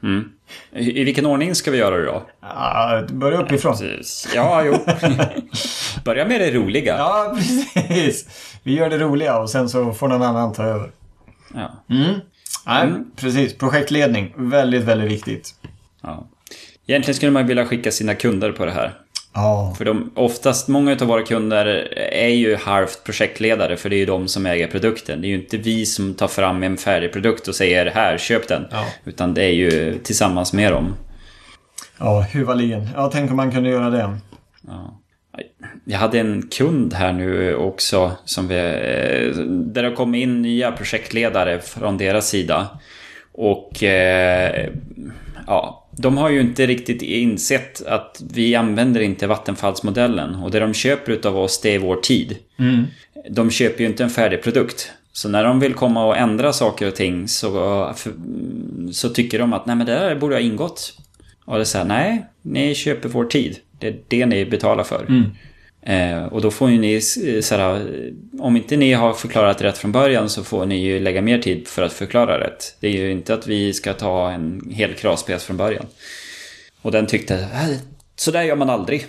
I, I vilken ordning ska vi göra det då? Ja, börja uppifrån. Ja, jo. Börja med det roliga. Ja, precis. Vi gör det roliga och sen så får någon annan ta över. Ja. Mm. Nej, Mm. precis. Projektledning. Väldigt, väldigt viktigt. Ja. Egentligen skulle man vilja skicka sina kunder på det här. Ja. För de, oftast, många av våra kunder är ju halvt projektledare, för det är ju de som äger produkten. Det är ju inte vi som tar fram en färdig produkt och säger här, köp den. Ja. Utan det är ju tillsammans med dem. Ja, huvudligen. Ja, tänk om man kunde göra det. Ja. Jag hade en kund här nu också som vi, där det kom in nya projektledare från deras sida. Och eh, ja, de har ju inte riktigt insett att vi använder inte vattenfallsmodellen. Och det de köper av oss, det är vår tid. Mm. De köper ju inte en färdig produkt. Så när de vill komma och ändra saker och ting så, så tycker de att nej, men det där borde ha ingått. Och det är så här, nej, ni köper vår tid. Det är det ni betalar för. Mm. Eh, och då får ju ni såhär, om inte ni har förklarat rätt från början så får ni ju lägga mer tid för att förklara rätt. Det är ju inte att vi ska ta en hel kravspec från början. Och den tyckte, äh, så där gör man aldrig.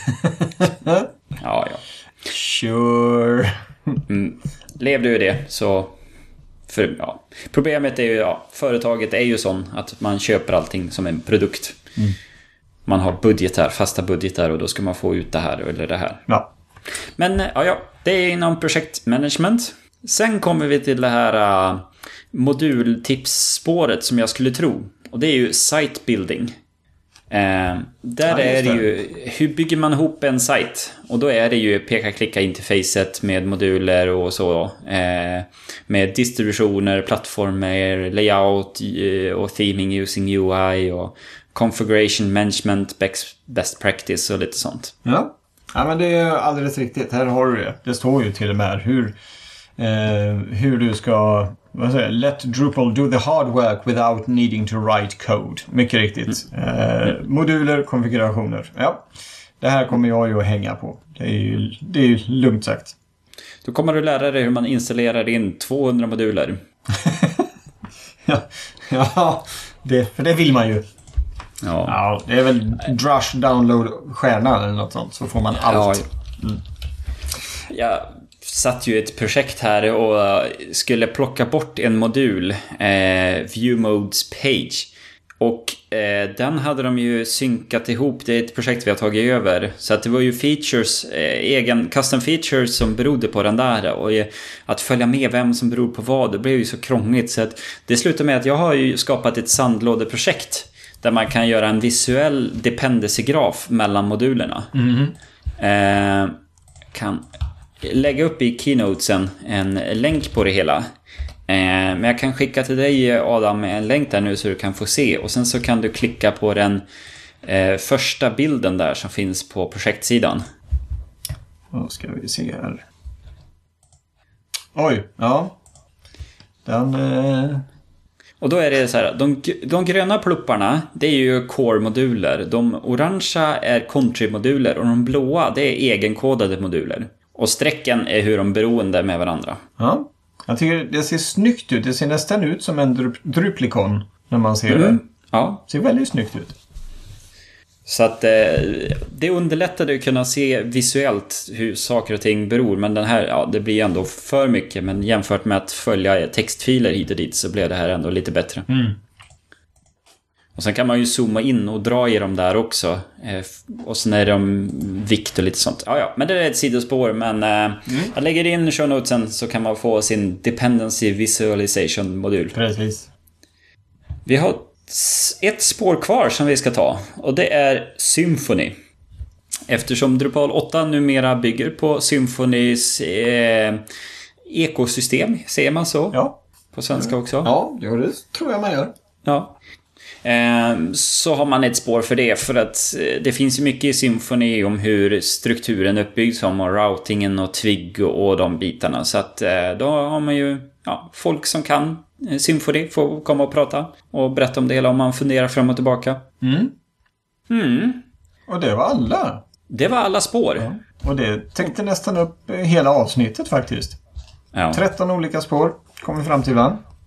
Ja, ja. Sure. Mm. Lev du i det så... För, ja. Problemet är ju, ja, företaget är ju sån att man köper allting som en produkt. Mm. Man har budgetar, fasta budgetar och då ska man få ut det här eller det här. Ja. Men ja, ja, det är inom projektmanagement. Sen kommer vi till det här uh, modultipsspåret som jag skulle tro. Och det är ju site building. Eh, där Ja, är det det. ju, hur bygger man ihop en site? Och då är det ju peka-klicka-interfacet med moduler och så. Eh, med distributioner, plattformar, layout eh, och theming using U I och configuration management, best, best practice och lite sånt. Ja. Ja, men det är alldeles riktigt. Här har du det. Det står ju till och med hur, eh, hur du ska... Vad säger jag? Let Drupal do the hard work without needing to write code. Mycket riktigt. Mm. Eh, moduler, konfigurationer. Ja. Det här kommer jag ju att hänga på. Det är ju, det är ju lugnt sagt. Då kommer du lära dig hur man installerar in tvåhundra moduler. ja, ja det, för det vill man ju. Ja. Ja, det är väl Drush download stjärnan eller något sånt. Så får man allt. Ja. Mm. Jag satt ju ett projekt här och skulle plocka bort en modul, eh, View Modes Page. Och eh, den hade de ju synkat ihop. Det är ett projekt vi har tagit över. Så att det var ju features, eh, egen custom features som berodde på den där. Och eh, att följa med vem som beror på vad, det blev ju så krångligt. Så att det slutar med att jag har ju skapat ett sandlådeprojekt där man kan göra en visuell dependency-graf mellan modulerna. Mm. Eh, kan lägga upp i keynotesen en länk på det hela. Eh, men jag kan skicka till dig, Adam, en länk där nu så du kan få se. Och sen så kan du klicka på den eh, första bilden där som finns på projektsidan. Då ska vi se här. Oj, ja. Den... Eh... Och då är det så här, de, de gröna plupparna, det är ju core-moduler. De orangea är country-moduler och de blåa, det är egenkodade moduler. Och strecken är hur de är beroende med varandra. Ja, jag tycker det ser snyggt ut. Det ser nästan ut som en drup- druplikon när man ser Mm. det. Ja. Det ser väldigt snyggt ut. Så att eh, det underlättade att kunna se visuellt hur saker och ting beror. Men den här, ja, det blir ändå för mycket. Men jämfört med att följa textfiler hit och dit så blev det här ändå lite bättre. Mm. Och sen kan man ju zooma in och dra i dem där också. Eh, och sen är de vikt och lite sånt. Ja, ja, men det är ett sidospår. Men eh, mm. jag lägger in show notesen så kan man få sin dependency visualization-modul. Precis. Vi har ett spår kvar som vi ska ta. Och det är Symfony. Eftersom Drupal åtta numera bygger på Symfonys eh, ekosystem. Ser man så? Ja. På svenska också. Ja, det tror jag man gör. Ja. Så har man ett spår för det. För att det finns ju mycket i Symfony om hur strukturen är uppbyggd som och routingen och twig och de bitarna. Så att då har man ju ja, folk som kan Symfony får komma och prata och berätta om det hela om man funderar fram och tillbaka. Mm. Mm. Och det var alla. Det var alla spår. Ja. Och det täckte nästan upp hela avsnittet faktiskt. Ja. tretton olika spår kom vi fram till, va?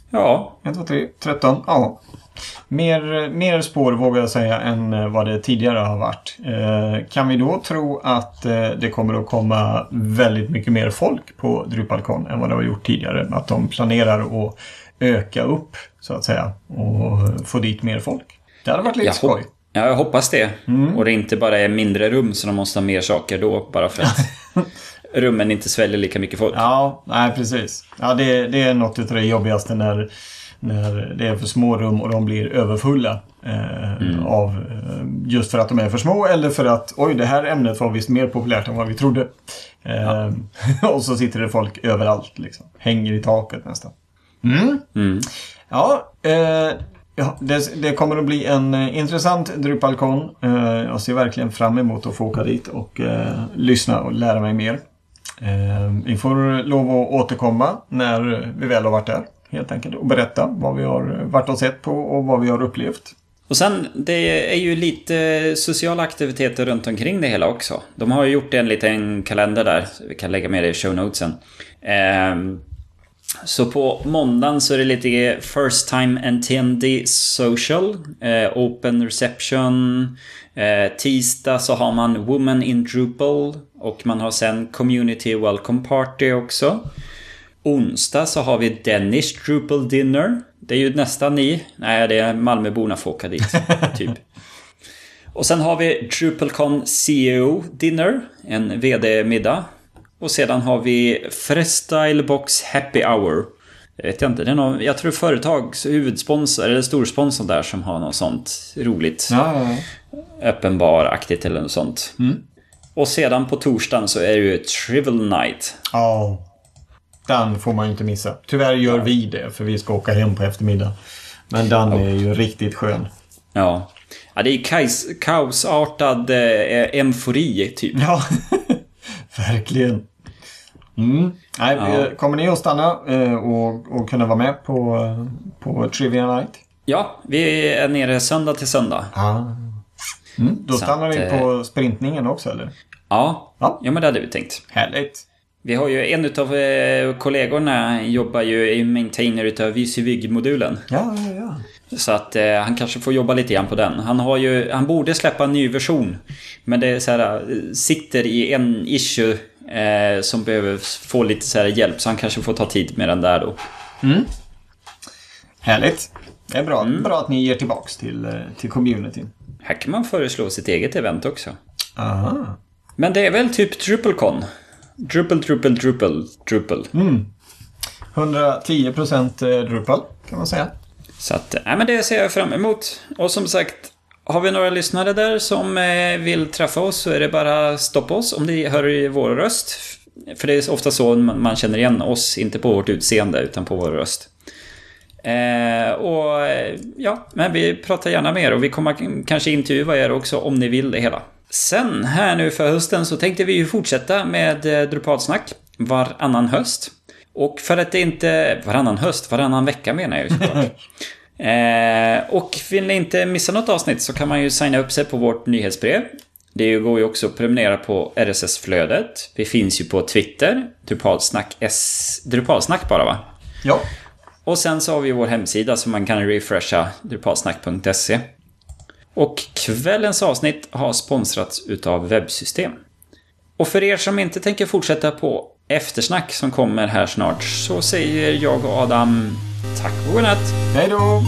Ja. ett, två, tre, tretton. Ja. Mer, mer spår vågar jag säga än vad det tidigare har varit. Eh, kan vi då tro att eh, det kommer att komma väldigt mycket mer folk på DrupalCon än vad det har gjort tidigare? Att de planerar att öka upp så att säga och få dit mer folk. Det hade varit lite jag skoj. Hop- ja, jag hoppas det. Mm. Och det inte bara är mindre rum så de måste ha mer saker då bara för att rummen inte sväljer lika mycket folk. Ja, nej precis. Ja, det, det är något av det jobbigaste när, när det är för små rum och de blir överfulla. Eh, mm. av, eh, just för att de är för små eller för att oj, det här ämnet var visst mer populärt än vad vi trodde. Eh, ja. Och så sitter det folk överallt liksom. Hänger i taket nästan. Mm. Mm. Ja, eh, ja det, det kommer att bli en eh, intressant DrupalCon. Eh, jag ser verkligen fram emot att få åka dit och eh, lyssna och lära mig mer. Eh, vi får lov att återkomma när vi väl har varit där helt enkelt och berätta vad vi har varit och sett på och vad vi har upplevt. Och sen, det är ju lite sociala aktiviteter runt omkring det hela också. De har ju gjort en liten kalender där, vi kan lägga med det i show notesen. Eh, Så på måndagen så är det lite first time attendee social, eh, open reception. Eh, tisdag så har man woman in Drupal och man har sen community welcome party också. Onsdag så har vi Danish Drupal dinner. Det är ju nästan ni. Nej, det är Malmöborna får åka dit typ. Och sen har vi DrupalCon C E O dinner, en vd-middag. Och sedan har vi Freestylebox Happy Hour. Jag vet inte, det är någon, jag tror företags huvudsponsor eller storsponsor där som har något sånt roligt. Ja, ja, ja. Öppenbaraktigt eller något sånt. Mm. Och sedan på torsdagen så är det ju Trivial Night. Ja, oh, den får man inte missa. Tyvärr gör ja. vi det för vi ska åka hem på eftermiddag. Men den oh. är ju riktigt skön. Ja, ja det är kaos, kaosartad eh, eufori typ. Ja, verkligen. Mm. Nej, ja. Kommer ni att stanna eh, och, och kunna vara med på, på Trivia Night? Ja, vi är nere söndag till söndag. Ah. Mm. Då så stannar ni på sprintningen också, eller? Ja, ja. ja men det hade vi tänkt. Härligt. Vi har ju en av eh, kollegorna jobbar ju i maintainer utav V C V G-modulen. Ja, ja, ja. Så att eh, han kanske får jobba lite grann på den. Han har ju, han borde släppa en ny version. Men det är så här, sitter i en issue eh, som behöver få lite så här hjälp. Så han kanske får ta tid med den där då. Mm. Härligt. Det är bra, mm. bra att ni ger tillbaks till, till communityn. Här kan man föreslå sitt eget event också. Aha. Men det är väl typ DrupalCon. Drupal, Drupal, Drupal, Drupal. Mm. hundratio procent Drupal kan man säga. Så att, nej men det ser jag fram emot. Och som sagt, har vi några lyssnare där som eh, vill träffa oss så är det bara stoppa oss om ni hör vår röst. För det är ofta så man känner igen oss, inte på vårt utseende utan på vår röst. Eh, och ja, men vi pratar gärna mer och vi kommer kanske intervjua er också om ni vill det hela. Sen här nu för hösten så tänkte vi ju fortsätta med eh, Drupalsnack varannan höst. Och för att det inte... Varannan höst, varannan vecka menar jag ju såklart. eh, och vill ni inte missa något avsnitt så kan man ju signa upp sig på vårt nyhetsbrev. Det går ju också att prenumerera på R S S-flödet. Vi finns ju på Twitter. Drupalsnack, S... Drupalsnack bara va? Ja. Och sen så har vi vår hemsida som man kan refresha, drupalsnack punkt se. Och kvällens avsnitt har sponsrats utav Webbsystem. Och för er som inte tänker fortsätta på eftersnack som kommer här snart så säger jag och Adam tack och godnatt. Hej då!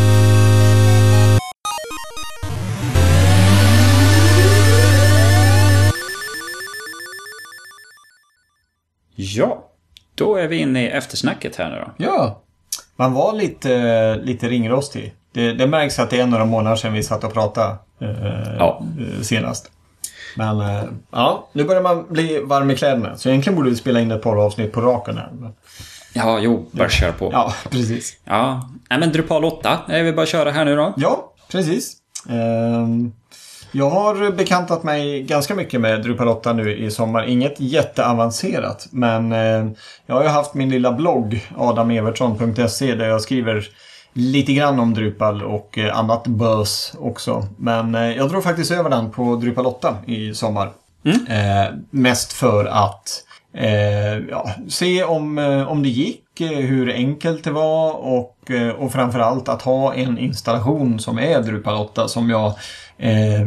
Ja, då är vi inne i eftersnacket här nu då. Ja, man var lite, lite ringrostig. Det, det märks att det är några månader sedan vi satt och pratade eh, ja. senast. Men eh, ja, nu börjar man bli varm i kläderna. Så egentligen borde vi spela in ett par avsnitt på raken här. Men... Ja, jo, bara köra på. Ja, precis. Ja, nej men Drupal åtta, är vi bara köra här nu då? Ja, precis. Eh, jag har bekantat mig ganska mycket med Drupal åtta nu i sommar. Inget jätteavancerat, men eh, jag har ju haft min lilla blogg adam evertsson punkt se där jag skriver lite grann om Drupal och eh, annat bös också. Men eh, jag drog faktiskt över den på Drupal åtta i sommar. Mm. Eh, mest för att eh, ja, se om, eh, om det gick, eh, hur enkelt det var och, eh, och framförallt att ha en installation som är Drupal åtta som jag, eh,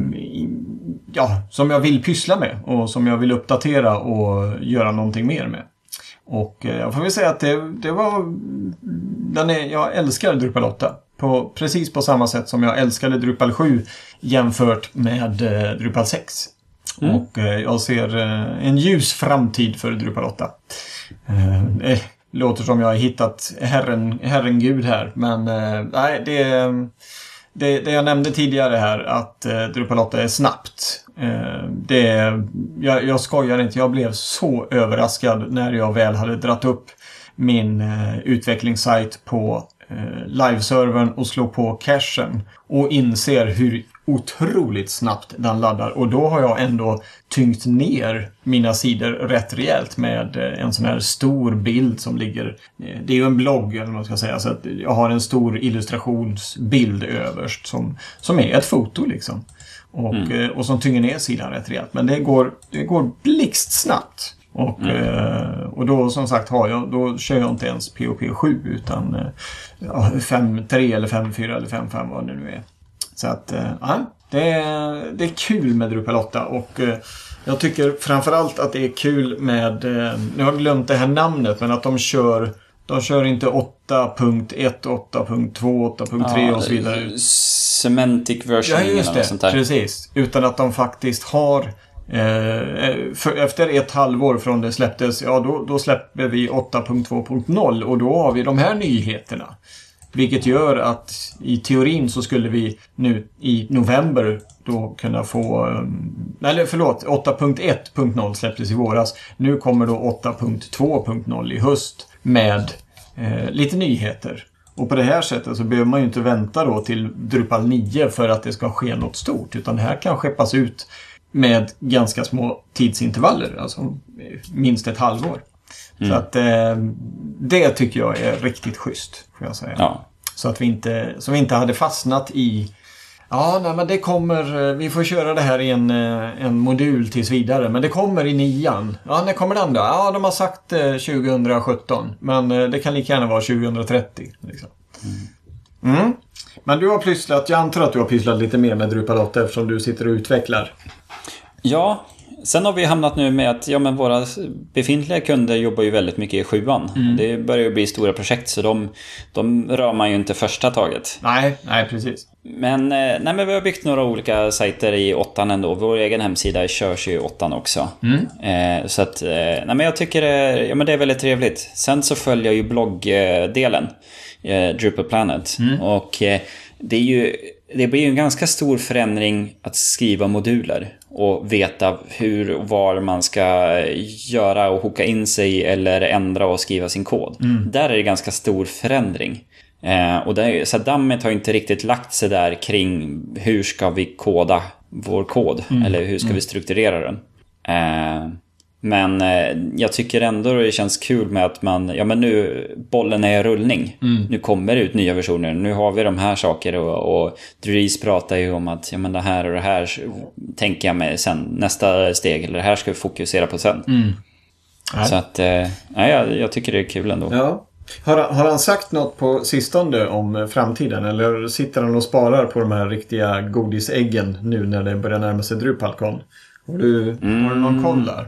ja, som jag vill pyssla med och som jag vill uppdatera och göra någonting mer med. Och eh, jag får väl säga att det, det var den är, jag älskar Drupal åtta på, precis på samma sätt som jag älskade Drupal sju jämfört med eh, Drupal sex. Mm. Och eh, jag ser eh, en ljus framtid för Drupal åtta. Eh, det låter som jag har hittat herren, herren Gud här, men eh, nej, det, det, det jag nämnde tidigare här att eh, Drupal åtta är snabbt. Eh, det, jag, jag skojar inte, jag blev så överraskad när jag väl hade dratt upp min eh, utvecklingssajt på eh, liveservern och slå på cachen och inser hur otroligt snabbt den laddar. Och då har jag ändå tyngt ner mina sidor rätt rejält med en sån här stor bild som ligger. Det är ju en blogg eller vad man ska säga. Så att jag har en stor illustrationsbild överst som, som är ett foto liksom. Och, mm. och som tynger ner sidan rätt rejält. Men det går, det går blixtsnabbt. Och, mm. och då som sagt har jag, då kör jag inte ens P O P sju utan ja, fem tre eller fem fyra eller fem fem vad det nu är. Så att ja, det är, det är kul med Drupal åtta och jag tycker framförallt att det är kul med, nu har jag glömt det här namnet, men att de kör de kör inte åtta punkt ett, åtta punkt två, åtta punkt tre ja, och så vidare. Semantic version ja, just det, eller sånt där. Precis. Utan att de faktiskt har eh, för, efter ett halvår från det släpptes, ja då, då släpper vi åtta punkt två punkt noll och då har vi de här nyheterna. Vilket gör att i teorin så skulle vi nu i november då kunna få, eller förlåt, åtta punkt ett punkt noll släpptes i våras. Nu kommer då åtta punkt två punkt noll i höst med eh, lite nyheter. Och på det här sättet så behöver man ju inte vänta då till Drupal nio för att det ska ske något stort. Utan det här kan skeppas ut med ganska små tidsintervaller, alltså minst ett halvår. Mm. Så att eh, det tycker jag är riktigt schysst, får jag säga. Ja. Så att vi inte, så vi inte hade fastnat i, ja nej, men det kommer, vi får köra det här i en, en modul tills vidare, men det kommer i nian. Ja, när kommer den då? Ja, de har sagt eh, tjugo sjutton, men eh, det kan lika gärna vara tjugo trettio. Liksom. Mm. Mm. Men du har pysslat, jag antar att du har pysslat lite mer med Drupal åtta eftersom du sitter och utvecklar. Ja, sen har vi hamnat nu med att ja, men våra befintliga kunder jobbar ju väldigt mycket i sjuan. Mm. Det börjar ju bli stora projekt så de, de rör man ju inte första taget. Nej, nej precis. Men, nej, men vi har byggt några olika sajter i åttan ändå. Vår egen hemsida körs ju i åttan också. Mm. Eh, så att, nej, men jag tycker det, ja, men det är väldigt trevligt. Sen så följer jag ju bloggdelen, eh, Drupal Planet. Mm. Och eh, det är ju... Det blir ju en ganska stor förändring att skriva moduler och veta hur och var man ska göra och hooka in sig eller ändra och skriva sin kod. Mm. Där är det ganska stor förändring. Eh, och där, så dammet har inte riktigt lagt sig där kring hur ska vi koda vår kod mm. eller hur ska mm. vi strukturera den. Eh, men eh, jag tycker ändå det känns kul med att man, ja men nu bollen är i rullning. Mm. Nu kommer det ut nya versioner. Nu har vi de här saker och, och Dries pratar ju om att ja men det här och det här tänker jag mig sen nästa steg eller det här ska vi fokusera på sen. Mm. Så att eh, ja, jag, jag tycker det är kul ändå. Ja. Har, har han sagt något på sistone om framtiden eller sitter han och sparar på de här riktiga godisäggen nu när det börjar närma sig DrupalCon? Har du, mm. har du någon koll där?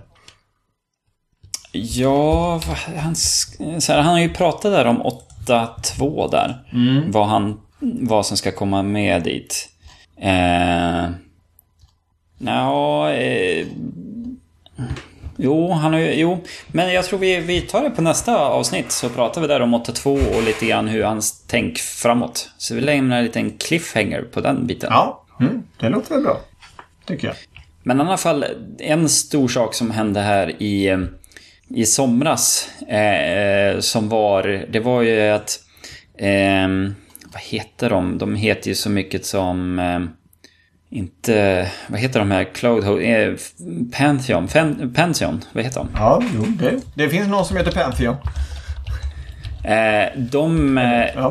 Ja, han, så här, han har ju pratat där om åtta två där. Mm. Vad, han, vad som ska komma med dit. Eh, ja, eh, jo, han har ju, jo, men jag tror vi, vi tar det på nästa avsnitt så pratar vi där om åtta två och lite grann hur hans tänk framåt. Så vi lämnar en liten cliffhanger på den biten. Ja, mm, det låter väl bra, tycker jag. Men i alla fall, en stor sak som hände här i... I somras eh, som var, det var ju att eh, vad heter de? De heter ju så mycket som eh, inte, vad heter de här Cloud eh, Pantheon, Fen, Pantheon, vad heter de? Ja, jo, det, det finns någon som heter Pantheon. Eh, de, eh, ja.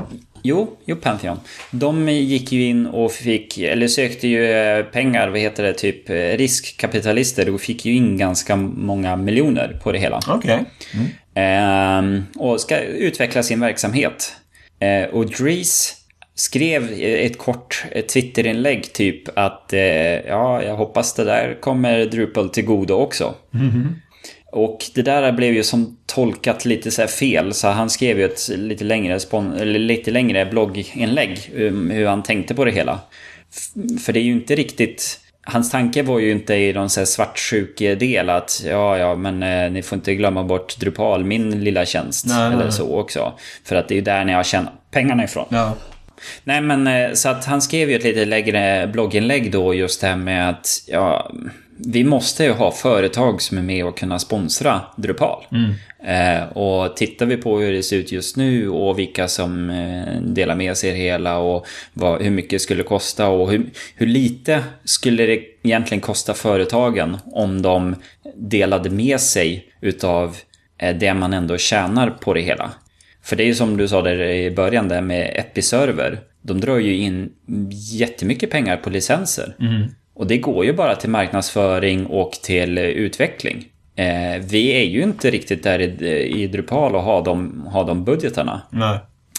Jo, jo, Pantheon. De gick ju in och fick, eller sökte ju pengar, vad heter det, typ riskkapitalister, och fick ju in ganska många miljoner på det hela. Okej. Okay. Mm. Ehm, och ska utveckla sin verksamhet. Ehm, och Dries skrev ett kort Twitterinlägg typ att eh, ja, jag hoppas det där kommer Drupal till godo också. Mm-hmm. Och det där blev ju som tolkat lite så här fel, så han skrev ju ett lite längre, spon- eller lite längre blogginlägg um, hur han tänkte på det hela. F- för det är ju inte riktigt, hans tanke var ju inte i någon så här svartsjuk del att ja, ja, men eh, ni får inte glömma bort Drupal, min lilla tjänst, nej, eller nej. Så också. För att det är ju där ni har tjänat pengarna ifrån. Ja. Nej, men så att han skrev ju ett lite längre blogginlägg då, just det här med att ja, vi måste ju ha företag som är med och kunna sponsra Drupal. Mm. Eh, och tittar vi på hur det ser ut just nu och vilka som eh, delar med sig hela och vad, hur mycket skulle kosta och hur, hur lite skulle det egentligen kosta företagen om de delade med sig utav eh, det man ändå tjänar på det hela. För det är ju som du sa där i början där med Episerver. De drar ju in jättemycket pengar på licenser. Mm. Och det går ju bara till marknadsföring och till utveckling. Eh, vi är ju inte riktigt där i, i Drupal och har de, har de budgetarna. Nej.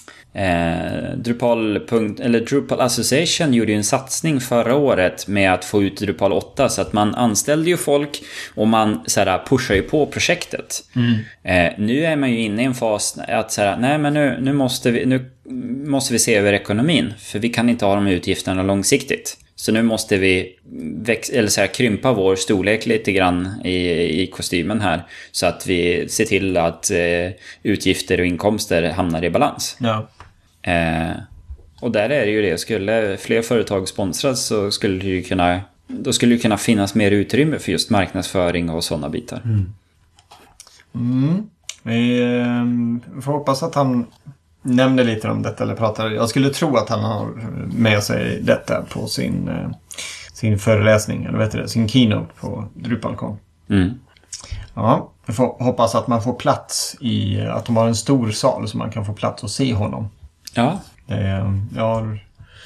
Eh, Drupal, eller Drupal Association gjorde ju en satsning förra året med att få ut Drupal åtta, så att man anställde ju folk och man såhär, pushar ju på projektet. Mm. Eh, nu är man ju inne i en fas att såhär, nej men nu, nu, måste vi, nu måste vi se över ekonomin, för vi kan inte ha de utgifterna långsiktigt. Så nu måste vi väx- eller så här, krympa vår storlek lite grann i, i kostymen här, så att vi ser till att eh, utgifter och inkomster hamnar i balans. Ja. Eh, och där är det ju det. Skulle fler företag sponsras så skulle det ju kunna, då skulle det kunna finnas mer utrymme för just marknadsföring och sådana bitar. Mm. Mm. Vi eh, får hoppas att han nämnde lite om detta eller pratar. Jag skulle tro att han har med sig detta på sin, eh, sin föreläsning, eller vet du, sin keynote på DrupalCon. Mm. Ja, vi får hoppas att man får plats i, att de har en stor sal så man kan få plats att se honom. Ja. Eh, jag har,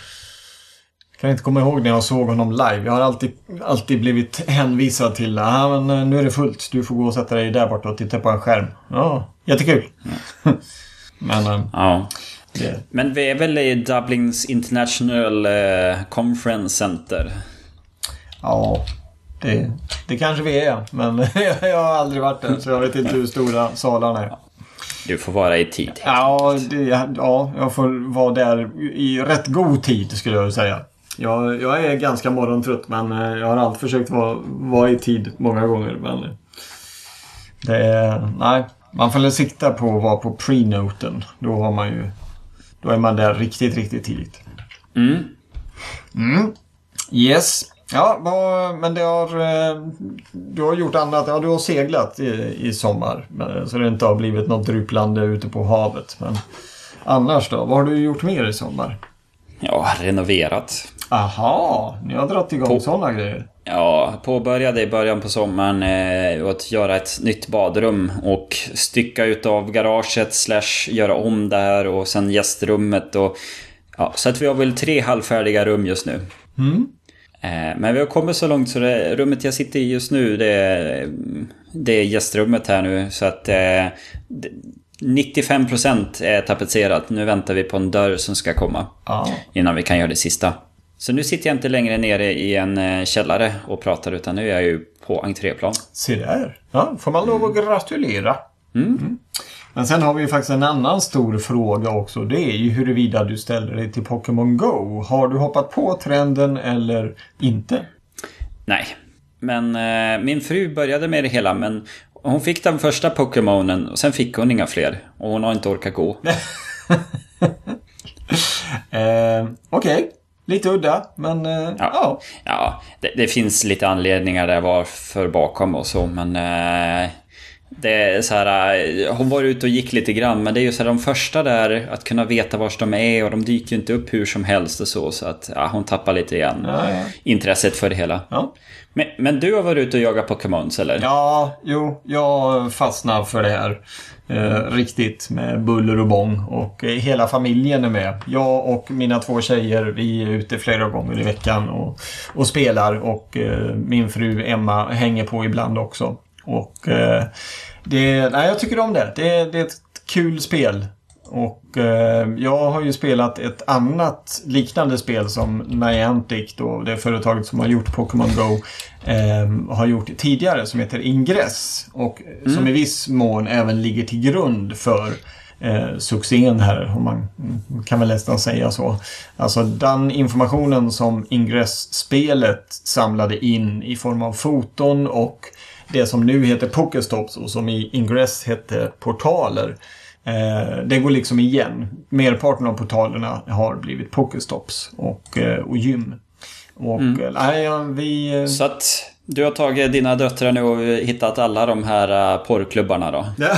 kan inte komma ihåg när jag såg honom live. Jag har alltid, alltid blivit hänvisad till ah, men nu är det fullt. Du får gå och sätta dig där borta och titta på en skärm. Ja, jättekul. Ja. Men, äh, ja. det... Men vi är väl i Dublins International eh, Conference Center. Ja, det, det kanske vi är. Men jag har aldrig varit där, så jag vet inte hur stora salarna är. Ja. Du får vara i tid. Ja, det, ja, jag får vara där i rätt god tid, skulle jag säga. Jag, jag är ganska morgontrött, men jag har alltid försökt vara, vara i tid många gånger. Men det är, nej, man får sikta på att vara på pre-noten. Då har man ju, då är man där riktigt, riktigt tidigt. Mm. Mm. Yes. Ja, men det har, du har gjort annat. Ja, du har seglat i, i sommar. Så det inte har blivit något dryplande ute på havet. Men annars då? Vad har du gjort mer i sommar? Ja, renoverat. Aha, ni har dragit igång på, sådana grejer. Ja, påbörjade i början på sommaren eh, att göra ett nytt badrum och stycka ut av garaget slash göra om där och sen gästrummet. Och, ja, så att vi har väl tre halvfärdiga rum just nu. Mm. Eh, men vi har kommit så långt så det rummet jag sitter i just nu, det, det är gästrummet här nu. Så att eh, nittiofem procent är tapetserat. Nu väntar vi på en dörr som ska komma ah. innan vi kan göra det sista. Så nu sitter jag inte längre nere i en källare och pratar, utan nu är jag ju på entréplan. Se där. Ja, får man lov att gratulera. Mm. Mm. Men sen har vi ju faktiskt en annan stor fråga också. Det är ju huruvida du ställer dig till Pokémon Go. Har du hoppat på trenden eller inte? Nej, men eh, min fru började med det hela, men hon fick den första Pokémonen och sen fick hon inga fler. Och hon har inte orkat gå. eh, Okej. Okay. Lite udda, men eh, ja. Ja, ja det, det finns lite anledningar där varför bakom och så, men eh, Det är så här, hon var ute och gick lite grann, men det är ju så här, de första där, att kunna veta var de är, och de dyker ju inte upp hur som helst och så, så att ja, hon tappar lite igen Ja, ja. intresset för det hela. Ja. Men, men du har varit ute och jagat Pokémons, eller? Ja, jo, jag fastnar för det här eh, riktigt med buller och bång, och eh, hela familjen är med. Jag och mina två tjejer, vi är ute flera gånger i veckan och, och spelar, och eh, min fru Emma hänger på ibland också. Och eh, det, nej, jag tycker om det. det. Det är ett kul spel. Och eh, jag har ju spelat ett annat liknande spel som Niantic, då, det företaget som har gjort Pokémon Go, eh, har gjort tidigare, som heter Ingress. Och mm. som i viss mån även ligger till grund för eh, succén här, om man kan väl nästan säga så. Alltså den informationen som Ingress-spelet samlade in i form av foton och det som nu heter Pokéstops och som i Ingress hette portaler. Eh, det går liksom igen. Merparten av portalerna har blivit Pokéstops och, eh, och gym. Och mm. nej, ja, vi... Så att du har tagit dina döttrar nu och hittat alla de här uh, porrklubbarna då? Ja.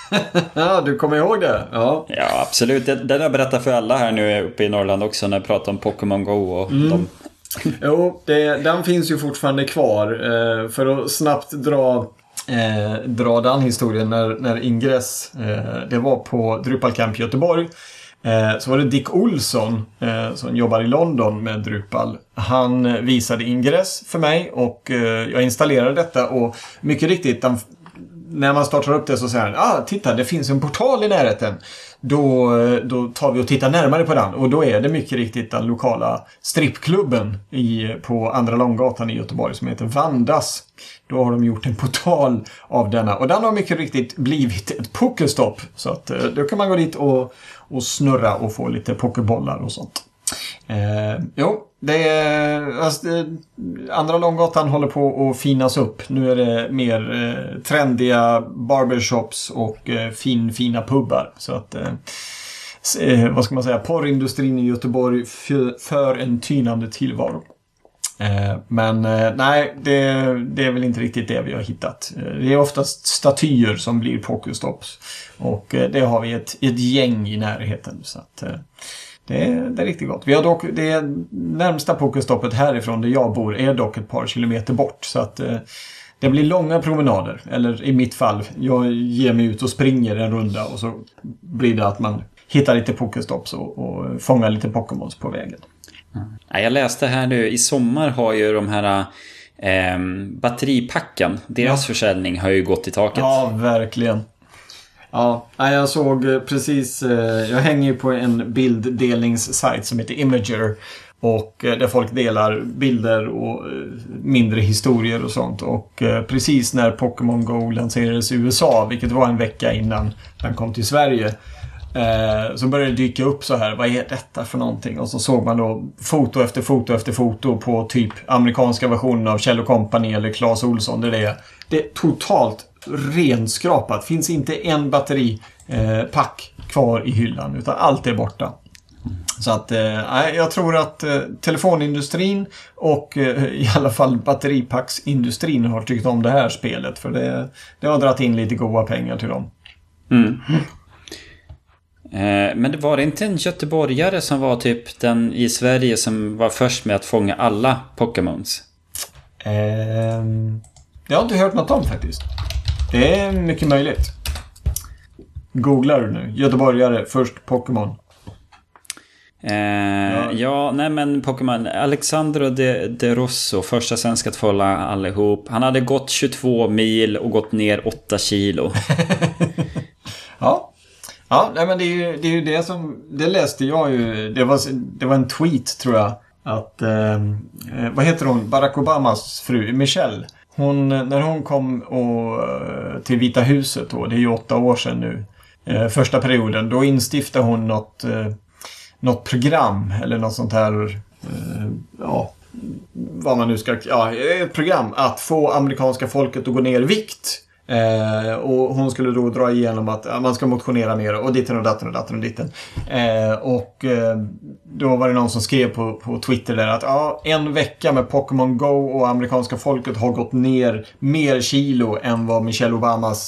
Ja, du kommer ihåg det? Ja, ja absolut. Det, det har jag berättat för alla här nu uppe i Norrland också, när jag pratar om Pokémon Go och mm. de... Jo, det, den finns ju fortfarande kvar. Eh, för att snabbt dra, eh, dra den historien när, när Ingress, eh, det var på Drupal Camp i Göteborg. Eh, så var det Dick Olsson eh, som jobbar i London med Drupal. Han visade Ingress för mig och eh, jag installerade detta, och mycket riktigt, den, när man startar upp det så säger han, ah, titta, det finns en portal i närheten. Då, då tar vi och tittar närmare på den. Och då är det mycket riktigt den lokala strippklubben i, på Andra Långgatan i Göteborg som heter Vandas. Då har de gjort en portal av denna. Och den har mycket riktigt blivit ett Pokéstop. Så att då kan man gå dit och, och snurra och få lite pokébollar och sånt. Eh, jo, det är, alltså, Andra Långgatan håller på att finas upp. Nu är det mer eh, trendiga barbershops och eh, fin, fina pubbar. Så att, eh, vad ska man säga, porrindustrin i Göteborg för, för en tynande tillvaro. Eh, men eh, nej, det, det är väl inte riktigt det vi har hittat. Eh, det är oftast statyer som blir Pokéstops. Och eh, det har vi ett, ett gäng i närheten. Så att... Eh, Det är, det är riktigt gott. Vi har dock, det närmsta Pokéstoppet härifrån där jag bor är dock ett par kilometer bort. Så att eh, det blir långa promenader. Eller i mitt fall, jag ger mig ut och springer en runda. Och så blir det att man hittar lite Pokéstops och, och fångar lite Pokémons på vägen. Mm. Jag läste här nu, i sommar har ju de här eh, batteripacken, deras ja. försäljning har ju gått i taket. Ja, verkligen. Ja, jag såg precis, jag hänger ju på en bilddelningssajt som heter Imager, och där folk delar bilder och mindre historier och sånt. Och precis när Pokémon Go lanserades i U S A, vilket var en vecka innan den kom till Sverige, så började det dyka upp så här, vad är detta för någonting? Och så såg man då foto efter foto efter foto på typ amerikanska versionen av Kjell och Company eller Clas Ohlson. Det är, det är totalt renskrapat. Finns inte en batteripack eh, kvar i hyllan, utan allt är borta. Så att eh, jag tror att eh, telefonindustrin och eh, i alla fall batteripacksindustrin har tyckt om det här spelet, för det, det har dragit in lite goda pengar till dem. Mm. Eh, men det var inte en göteborgare som var typ den i Sverige som var först med att fånga alla Pokémons? Eh, jag har inte hört något om faktiskt. Det är mycket möjligt. Googlar du nu? Göteborgare, först Pokémon. Eh, ja. ja, nej men Pokémon. Alexandro de, de Rosso, första svenska att fålla allihop. Han hade gått tjugotvå mil och gått ner åtta kilo. Ja. Ja, nej men det är ju det, är ju det som, det läste jag ju, det var, det var en tweet tror jag. Att, eh, vad heter hon? Barack Obamas fru, Michelle. Hon, när hon kom och, till Vita huset då, det är ju åtta år sedan nu, eh, första perioden, då instiftade hon något, eh, något program eller något sånt här, eh, ja, vad man nu ska, ja, ett program att få amerikanska folket att gå ner i vikt. Eh, och hon skulle då dra igenom att ja, man ska motionera mer och ditten och datten och datten och ditten. Eh, och eh, då var det någon som skrev på, på Twitter där att ja, en vecka med Pokémon Go och amerikanska folket har gått ner mer kilo än vad Michelle Obamas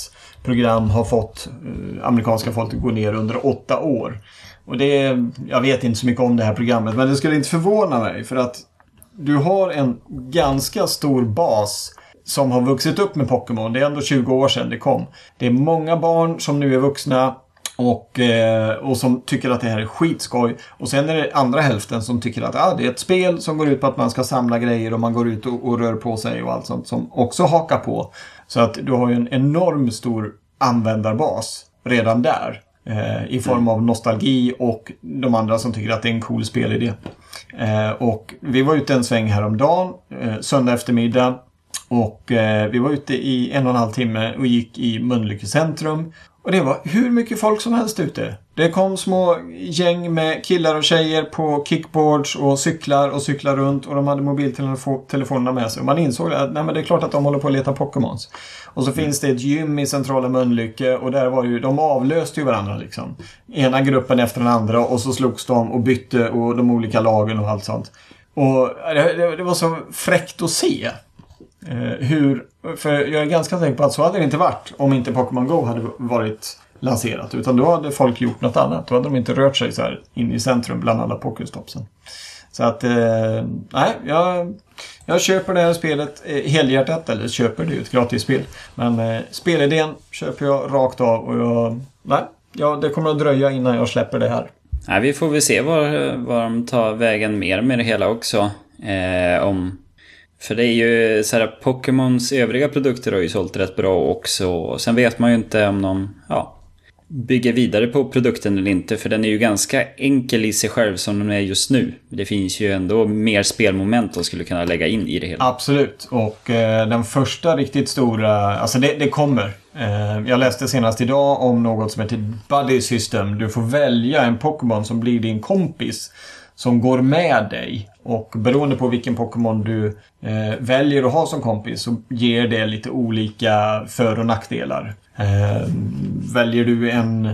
program har fått eh, amerikanska folket gå ner under åtta år. Och det, jag vet inte så mycket om det här programmet, men det skulle inte förvåna mig för att du har en ganska stor bas som har vuxit upp med Pokémon. Det är ändå tjugo år sedan det kom. Det är många barn som nu är vuxna och, eh, och som tycker att det här är skitskoj. Och sen är det andra hälften som tycker att ah, det är ett spel som går ut på att man ska samla grejer och man går ut och, och rör på sig och allt sånt som också hakar på. Så att du har ju en enorm stor användarbas redan där. Eh, I form av nostalgi och de andra som tycker att det är en cool spelidé. Eh, och vi var ute en sväng häromdagen, eh, söndag eftermiddag. Och eh, vi var ute i en och en halv timme och gick i Mölnlycke centrum. Och det var hur mycket folk som helst ute. Det kom små gäng med killar och tjejer på kickboards och cyklar och cyklar runt. Och de hade mobiltelefonerna med sig. Och man insåg att nej, men det är klart att de håller på att leta Pokémons. Och så mm. finns det ett gym i centrala Mölnlycke. Och där var ju, de avlöste ju varandra liksom. Ena gruppen efter den andra. Och så slogs de och bytte och de olika lagen och allt sånt. Och det, det, det var så fräckt att se. Eh, hur, för jag är ganska säker på att så hade det inte varit om inte Pokémon Go hade varit lanserat, utan då hade folk gjort något annat. Då hade de inte rört sig så här in i centrum bland alla Pokéstopsen. Så att eh, nej, jag, jag köper det här spelet eh, helhjärtat, eller köper det ju ett gratisspel, men eh, spelidén köper jag rakt av och jag, nej, ja, det kommer att dröja innan jag släpper det här. Nej, vi får väl se var, var de tar vägen mer med det hela också. Eh, om För det är ju så här, Pokémons övriga produkter har ju sålt rätt bra också. Sen vet man ju inte om de ja, bygger vidare på produkten eller inte. För den är ju ganska enkel i sig själv som den är just nu. Det finns ju ändå mer spelmoment de skulle kunna lägga in i det hela. Absolut. Och eh, den första riktigt stora, alltså det, det kommer. Eh, jag läste senast idag om något som heter Buddy System. Du får välja en Pokémon som blir din kompis, som går med dig. Och beroende på vilken Pokémon du eh, väljer att ha som kompis så ger det lite olika för- och nackdelar. Eh, väljer du en...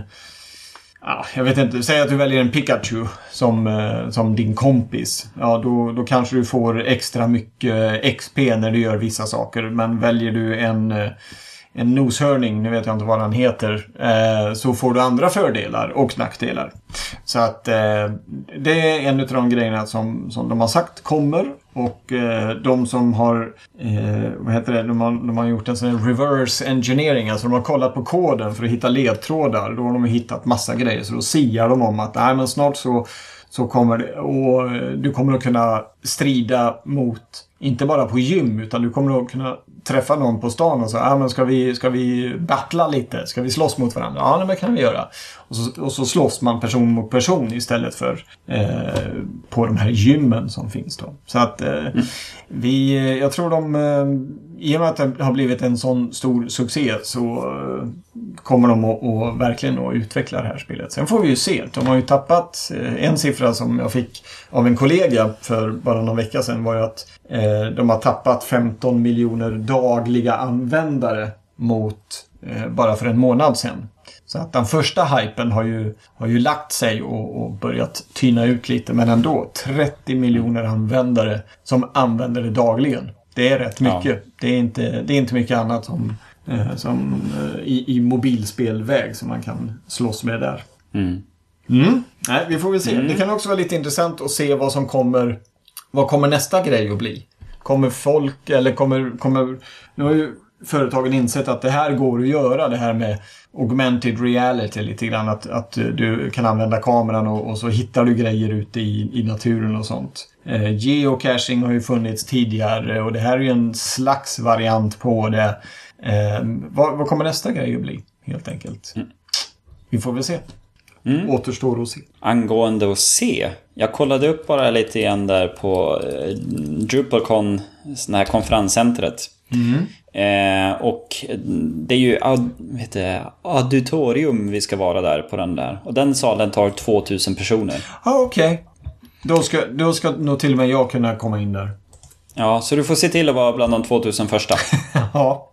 Ja, jag vet inte, säg att du väljer en Pikachu som, eh, som din kompis. Ja, då, då kanske du får extra mycket X P när du gör vissa saker. Men väljer du en... Eh, en noshörning, nu vet jag inte vad den heter, eh, så får du andra fördelar och nackdelar. Så att eh, det är en av de grejerna som, som de har sagt kommer. Och eh, de som har, eh, vad heter det, de har, de har gjort en sån här reverse engineering, alltså de har kollat på koden för att hitta ledtrådar. Då har de hittat massa grejer, så då siar de om att nej, men snart så, så kommer det, och du kommer att kunna strida mot, inte bara på gym, utan du kommer att kunna träffa någon på stan och säga, ah, men ska vi, ska vi battla lite? Ska vi slåss mot varandra? Ja, nej, men kan vi göra. Och så, och så slåss man person mot person istället för eh, på de här gymmen som finns då. Så att eh, mm. vi, jag tror de, eh, i och med att det har blivit en sån stor succé så eh, kommer de att, att verkligen att utveckla det här spelet. Sen får vi ju se. De har ju tappat, eh, en siffra som jag fick av en kollega för bara någon vecka sedan var ju att eh, de har tappat femton miljoner dagliga användare mot eh, bara för en månad sedan. Så att den första hypen har ju, har ju lagt sig och, och börjat tyna ut lite. Men ändå trettio miljoner användare som använder det dagligen. Det är rätt mycket. Ja. Det är inte, det är inte mycket annat som, eh, som eh, i, i mobilspelväg som man kan slåss med där. Mm. Mm. Nej, vi får väl se. Mm. Det kan också vara lite intressant att se vad som kommer. Vad kommer nästa grej att bli? Kommer folk eller kommer, kommer nu har ju företagen insett att det här går att göra, det här med augmented reality lite grann, att, att du kan använda kameran och, och så hittar du grejer ute i, i naturen och sånt. Eh, geocaching har ju funnits tidigare och det här är ju en slags variant på det. Eh, vad, vad kommer nästa grej att bli, helt enkelt? Mm. Vi får väl se. Mm. Återstår att se. Angående att se. Jag kollade upp bara lite igen där på eh, DrupalCon, det här konferenscentret. Mm. Eh, och det är ju ad, vet det, auditorium vi ska vara där på den där. Och den salen tar tvåtusen personer. Ah, okej. Okay. Då ska, då ska nog till och med jag kunna komma in där. Ja, så du får se till att vara bland de tvåtusen första. Ja.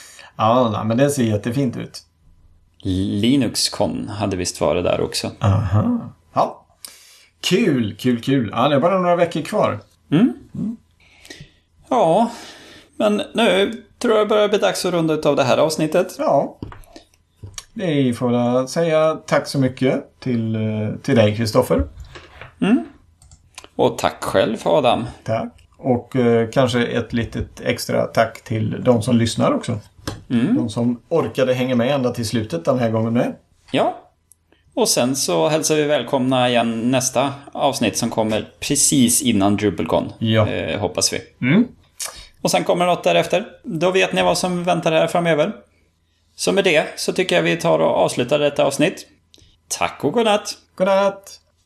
Ja, nej, men det ser jättefint ut. LinuxCon hade visst varit där också. Aha. Ja. Kul, kul, kul. Ja, det är bara några veckor kvar. Mm. Mm. Ja, men nu tror jag börjar bli dags att runda ut av det här avsnittet. Ja. Vi får säga tack så mycket till, till dig, Kristoffer. Mm. Och tack själv, Adam. Tack. Och eh, kanske ett litet extra tack till de som lyssnar också. Mm. De som orkade hänga med ända till slutet den här gången med. Ja. Och sen så hälsar vi välkomna igen nästa avsnitt som kommer precis innan DrupalCon. Ja. Eh, hoppas vi. Mm. Och sen kommer något därefter. Då vet ni vad som väntar här framöver. Så med det så tycker jag vi tar och avslutar detta avsnitt. Tack och godnatt. Godnatt.